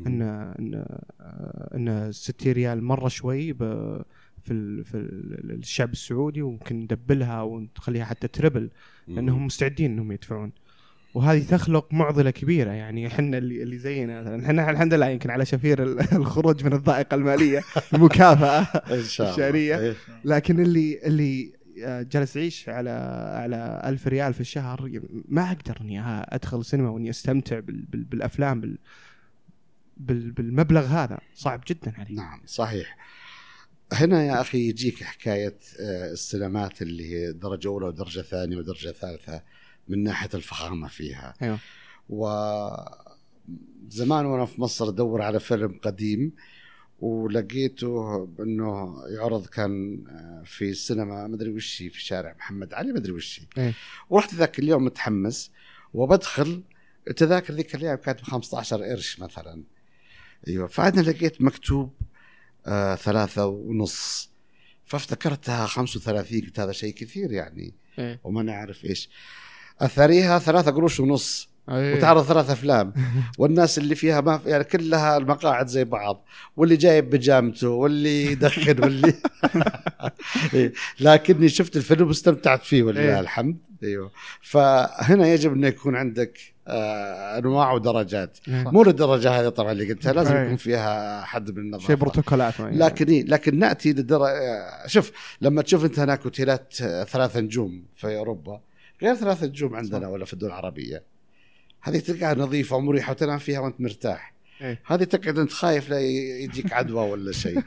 ان 60 ريال مره شوي في الشعب السعودي، وممكن ندبلها ونخليها حتى تربل لانهم مستعدين انهم يدفعون. وهذه تخلق معضله كبيره. يعني احنا اللي زينا مثلا، احنا الحمد لله يمكن على شفير الخروج من الضائقه الماليه المكافاه الشهريه، لكن اللي جالس يعيش على 1000 ريال في الشهر ما اقدر اني ادخل السينما واني استمتع بالافلام بالمبلغ هذا. صعب جدا علي. نعم صحيح. هنا يا أخي يجيك حكاية السينمات اللي هي درجة أولى ودرجة ثانية ودرجة ثالثة من ناحية الفخامة فيها. أيوة. وزمان وأنا في مصر أدور على فيلم قديم ولقيته أنه يعرض كان في السينما مدري وشي في شارع محمد علي مدري وشي. ورحت ذاك اليوم متحمس وبدخل تذاكر ذيك الأيام كانت ب15 قرش مثلا. أيوة. فعندنا لقيت مكتوب 3.5، فافتكرتها 35. قلت هذا شيء كثير يعني. وما نعرف إيش أثريها 3.5 قروش. وتعرض 3 أفلام والناس اللي فيها ما يعني كلها المقاعد زي بعض، واللي جايب بجامته واللي يدخن واللي لكني شفت الفيلم واستمتعت فيه ولله الحمد. أيوه. فهنا يجب أن يكون عندك أنواع ودرجات. مو الدرجة هذه طبعا اللي قلتها، لازم يكون فيها حد من النظافة، شيء بروتوكولات. لكن نأتي شوف لما تشوف أنت هناك اوتيلات 3 نجوم في أوروبا غير 3 نجوم عندنا ولا في الدول العربية. هذه تقعد نظيفة ومريحة وتنام فيها وانت مرتاح. هذه تقعد انت خايف لا يجيك عدوى ولا شيء.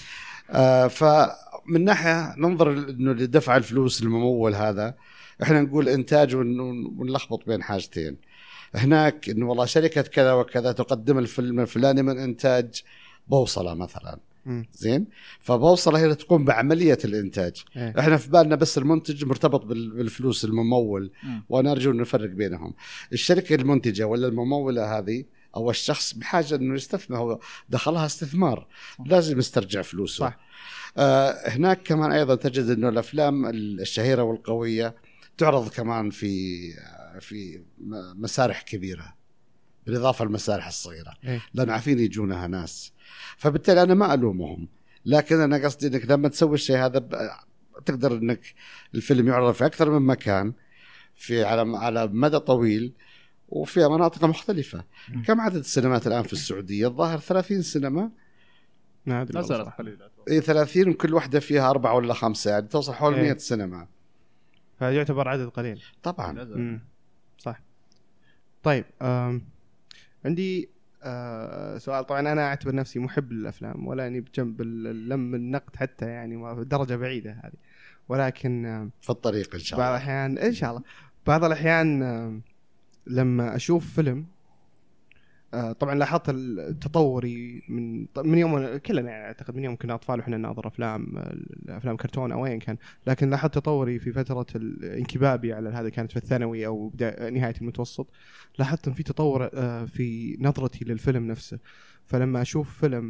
فمن ناحية ننظر انه لدفع الفلوس الممول هذا احنا نقول انتاج ونلخبط بين حاجتين. هناك انه والله شركة كذا وكذا تقدم الفيلم الفلاني من انتاج بوصلة مثلا. زين. فبوصلة هي تقوم بعملية الإنتاج. إحنا في بالنا بس المنتج مرتبط بالفلوس الممول، وأنا أرجو أن نفرق بينهم. الشركة المنتجة ولا الممولة هذه أو الشخص بحاجة أنه يستثمر، هو دخلها استثمار لازم يسترجع فلوسه. صح. هناك كمان أيضا تجد أنه الأفلام الشهيرة والقوية تعرض كمان في مسارح كبيرة بالإضافة للمسارح الصغيرة، لأن عارفين يجونها ناس. فبالتالي أنا ما ألومهم، لكن أنا قصدي أنك لما تسوي الشيء هذا تقدر أنك الفيلم يعرض في أكثر من مكان على مدى طويل وفي مناطق مختلفة. كم عدد السينمات الآن في السعودية؟ الظاهر 30 سينما. نزلت قليلة. 30 وكل واحدة فيها 4 ولا 5، يعني توصل حول 100 سينما. فهذا يعتبر عدد قليل طبعا. صح. طيب عندي سؤال. طبعا أنا أعتبر نفسي محب للأفلام ولا أني بجنب لم النقد حتى، يعني درجة بعيدة هذه، ولكن في الطريق إن شاء الله. بعض الأحيان إن شاء الله بعض الأحيان لما أشوف فيلم طبعا لاحظت التطوري من يوم كلنا، يعني أعتقد من يوم كنا أطفال وإحنا نناظر أفلام كرتون أو أيا كان، لكن لاحظت تطوري في فترة الانكبابي على هذا، كانت في الثانوي أو نهاية المتوسط. لاحظت إن في تطور في نظرتي للفيلم نفسه. فلما أشوف فيلم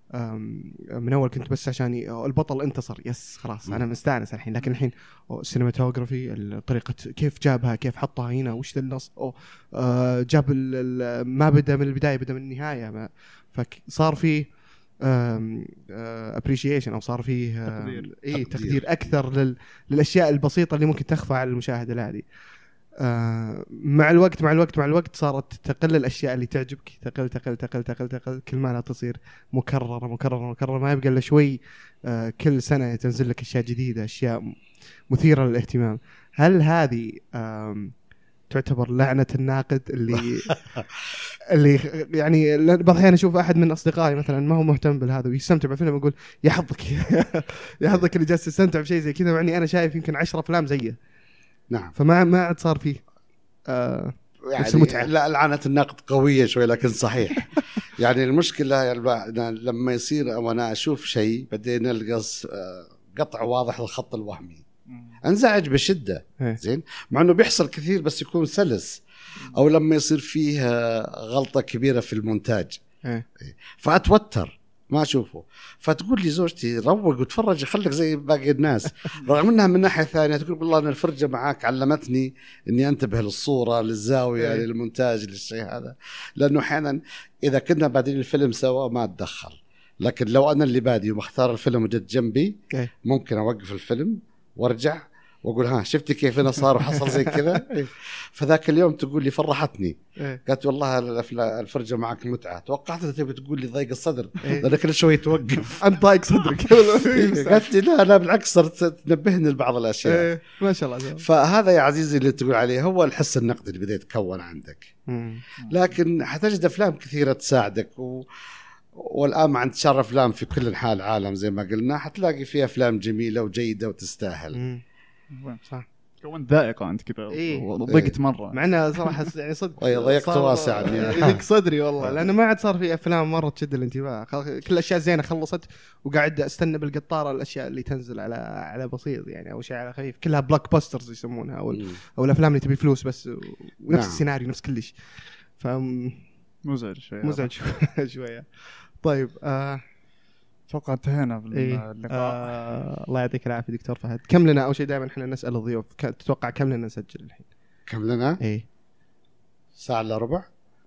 من اول كنت بس عشان البطل انتصر يس خلاص انا مستانس الحين، لكن الحين السينماتوجرافي، طريقه كيف جابها، كيف حطها هنا، وش ذا النص، جاب ما بدا من البدايه، بدا من النهايه، فصار فيه appreciation او صار فيه تقدير اكثر للاشياء البسيطه اللي ممكن تخفى على المشاهد العادي. مع الوقت صارت تقل الاشياء اللي تعجبك، تقل كل ما لا تصير مكرره، ما يبقى الا شوي. كل سنه تنزل لك اشياء جديده، اشياء مثيره للاهتمام. هل هذه تعتبر لعنه الناقد اللي يعني بعض الأحيان أشوف أحد من أصدقائي مثلا ما هو مهتم بالهذا ويستمتع بالفيلم، يقول يا حظك يا حظك اللي جالس تستمتع بشيء زي كذا، معني أنا شايف يمكن 10 أفلام زيه. نعم. فما عاد صار فيه يعني لا، لعنة الناقد قوية شوي لكن صحيح. يعني المشكلة يعني لما يصير أو أنا أشوف شيء بعدين ألقى قطع واضح للخط الوهمي انزعج بشدة. زين، مع انه بيحصل كثير بس يكون سلس، او لما يصير فيه غلطة كبيرة في المونتاج فأتوتر ما أشوفه. فتقول لي زوجتي روق وتفرج خليك زي باقي الناس، رغم انها من ناحية ثانية تقول والله أن الفرجة معاك علمتني اني انتبه للصورة، للزاوية، للمونتاج، للشيء هذا. لانه احيانا اذا كنا بادين الفيلم سوا ما اتدخل، لكن لو انا اللي بادي ومختار الفيلم وجد جنبي ممكن اوقف الفيلم وارجع واقول ها شفتي كيف انا صار وحصل زي كذا. فذاك اليوم تقول لي فرحتني، قالت والله الفرجة معك متعة. توقعت انها تبي تقول لي ضيق الصدر لأن كل شوي توقف انت ضايق صدرك. قالت لي لا بالعكس صرت تنبهني لبعض الاشياء. ما شاء الله. فهذا يا عزيزي اللي تقول عليه هو الحس النقدي اللي بدأ يتكون عندك. لكن حتجد افلام كثيرة تساعدك والآن مع انتشار أفلام في كل أنحاء العالم زي ما قلنا حتلاقي فيها أفلام جميلة وجيدة وتستاهل. صح، كونت ذائقة أنت كذا وضيقت مرة، مع أنها صراحة يعني صدق ضيقت واسع يضيق صدري والله، لأنه ما عاد صار في أفلام مرة تشد الانتباه، كل الأشياء زينة خلصت وقاعد أستنى بالقطارة الأشياء اللي تنزل على بسيط يعني، أو شيء على خفيف، كلها بلاك باسترز يسمونها، أو الأفلام اللي تبي فلوس بس ونفس السيناريو نفس كلش. مزعج شوية. طيب اتوقع انتهينا باللقاء. الله يعطيك العافيه دكتور فهد. كم لنا اول شيء دائما احنا نسال الضيوف تتوقع كم لنا نسجل الحين؟ كم لنا؟ ساعه الا ربع،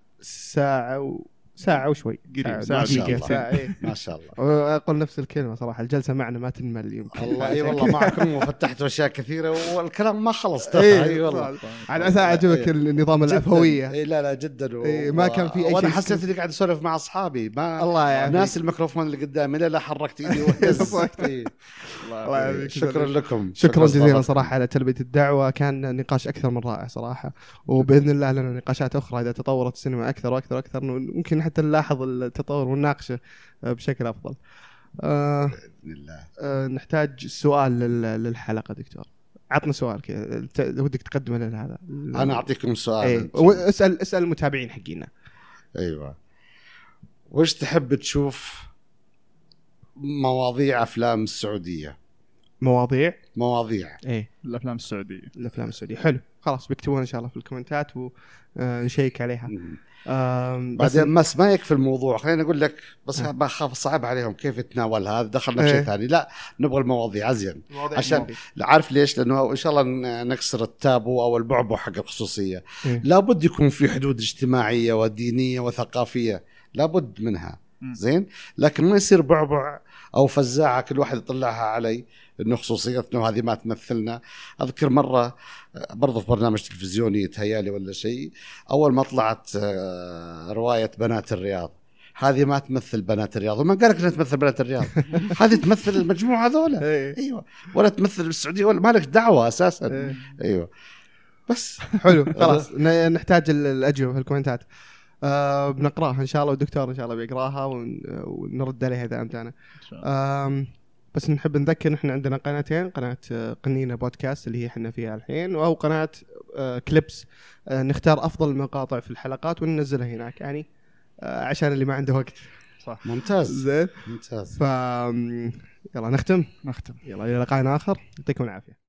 ساعه وشوي قريب، ساعه ما شاء الله. اقول نفس الكلمه صراحه، الجلسه معنا ما تنمل يمكن. الله اي والله معكم وفتحتوا اشياء كثيره والكلام ما خلص. اي والله على اساس عجبك النظام العفويه. اي لا جدا ما كان في اي شيء. وانا حسيت اني قاعد اسولف مع اصحابي، ما الله يعافيك ناس الميكروفون اللي قدامي لا حركت ايدي واهتز. الله يعافيك. شكرا لكم، شكرا جزيلا صراحه على تلبيه الدعوه، كان نقاش اكثر من رائع صراحه، وباذن الله لنا نقاشات اخرى اذا تطورت السينما اكثر واكثر ممكن حتى نلاحظ التطور والنقاشة بشكل أفضل. بإذن الله. نحتاج سؤال للحلقة دكتور، عطنا سؤال كذا ودك تقدمه لنا. هذا أنا أعطيكم سؤال. اسأل المتابعين حقينا. أيوة، وش تحب تشوف مواضيع أفلام السعودية؟ مواضيع الأفلام السعودية. حلو، خلاص بيكتبون إن شاء الله في الكومنتات ونشيك عليها. بعدين ما يكفي الموضوع، خلينا نقول لك بس بخاف صعب عليهم كيف يتناول هذا، دخلنا بشيء ثاني. لا نبغى المواضيع أزين عشان عارف ليش؟ لأنه إن شاء الله نكسر التابو أو البعبع حق الخصوصية. لابد يكون في حدود اجتماعية ودينية وثقافية، لابد منها. زين، لكن ما يصير بعبع أو فزاعة كل واحد يطلعها علي إنه خصوصيتنا وهذه ما تمثلنا. أذكر مرة برضو في برنامج تلفزيوني تهيالي ولا شيء، أول ما طلعت رواية بنات الرياض، هذه ما تمثل بنات الرياض. وما قالك إنها تمثل بنات الرياض، هذه تمثل المجموعة هذولا. أيوة، ولا تمثل السعودية ولا مالك دعوة أساسا. أيوة بس حلو، خلاص نحتاج الأجوبة في الكومنتات. بنقراها إن شاء الله، والدكتور إن شاء الله بيقراها ونرد عليها إذا أمكن. بس نحب نذكر نحن عندنا قناتين، قناة قنينة بودكاست اللي هي احنا فيها الحين، أو قناة كليبس، نختار أفضل المقاطع في الحلقات وننزلها هناك يعني عشان اللي ما عنده وقت. صح، ممتاز. زين، ممتاز. يلا نختم. يلا إلى لقاء آخر، يعطيكم العافية.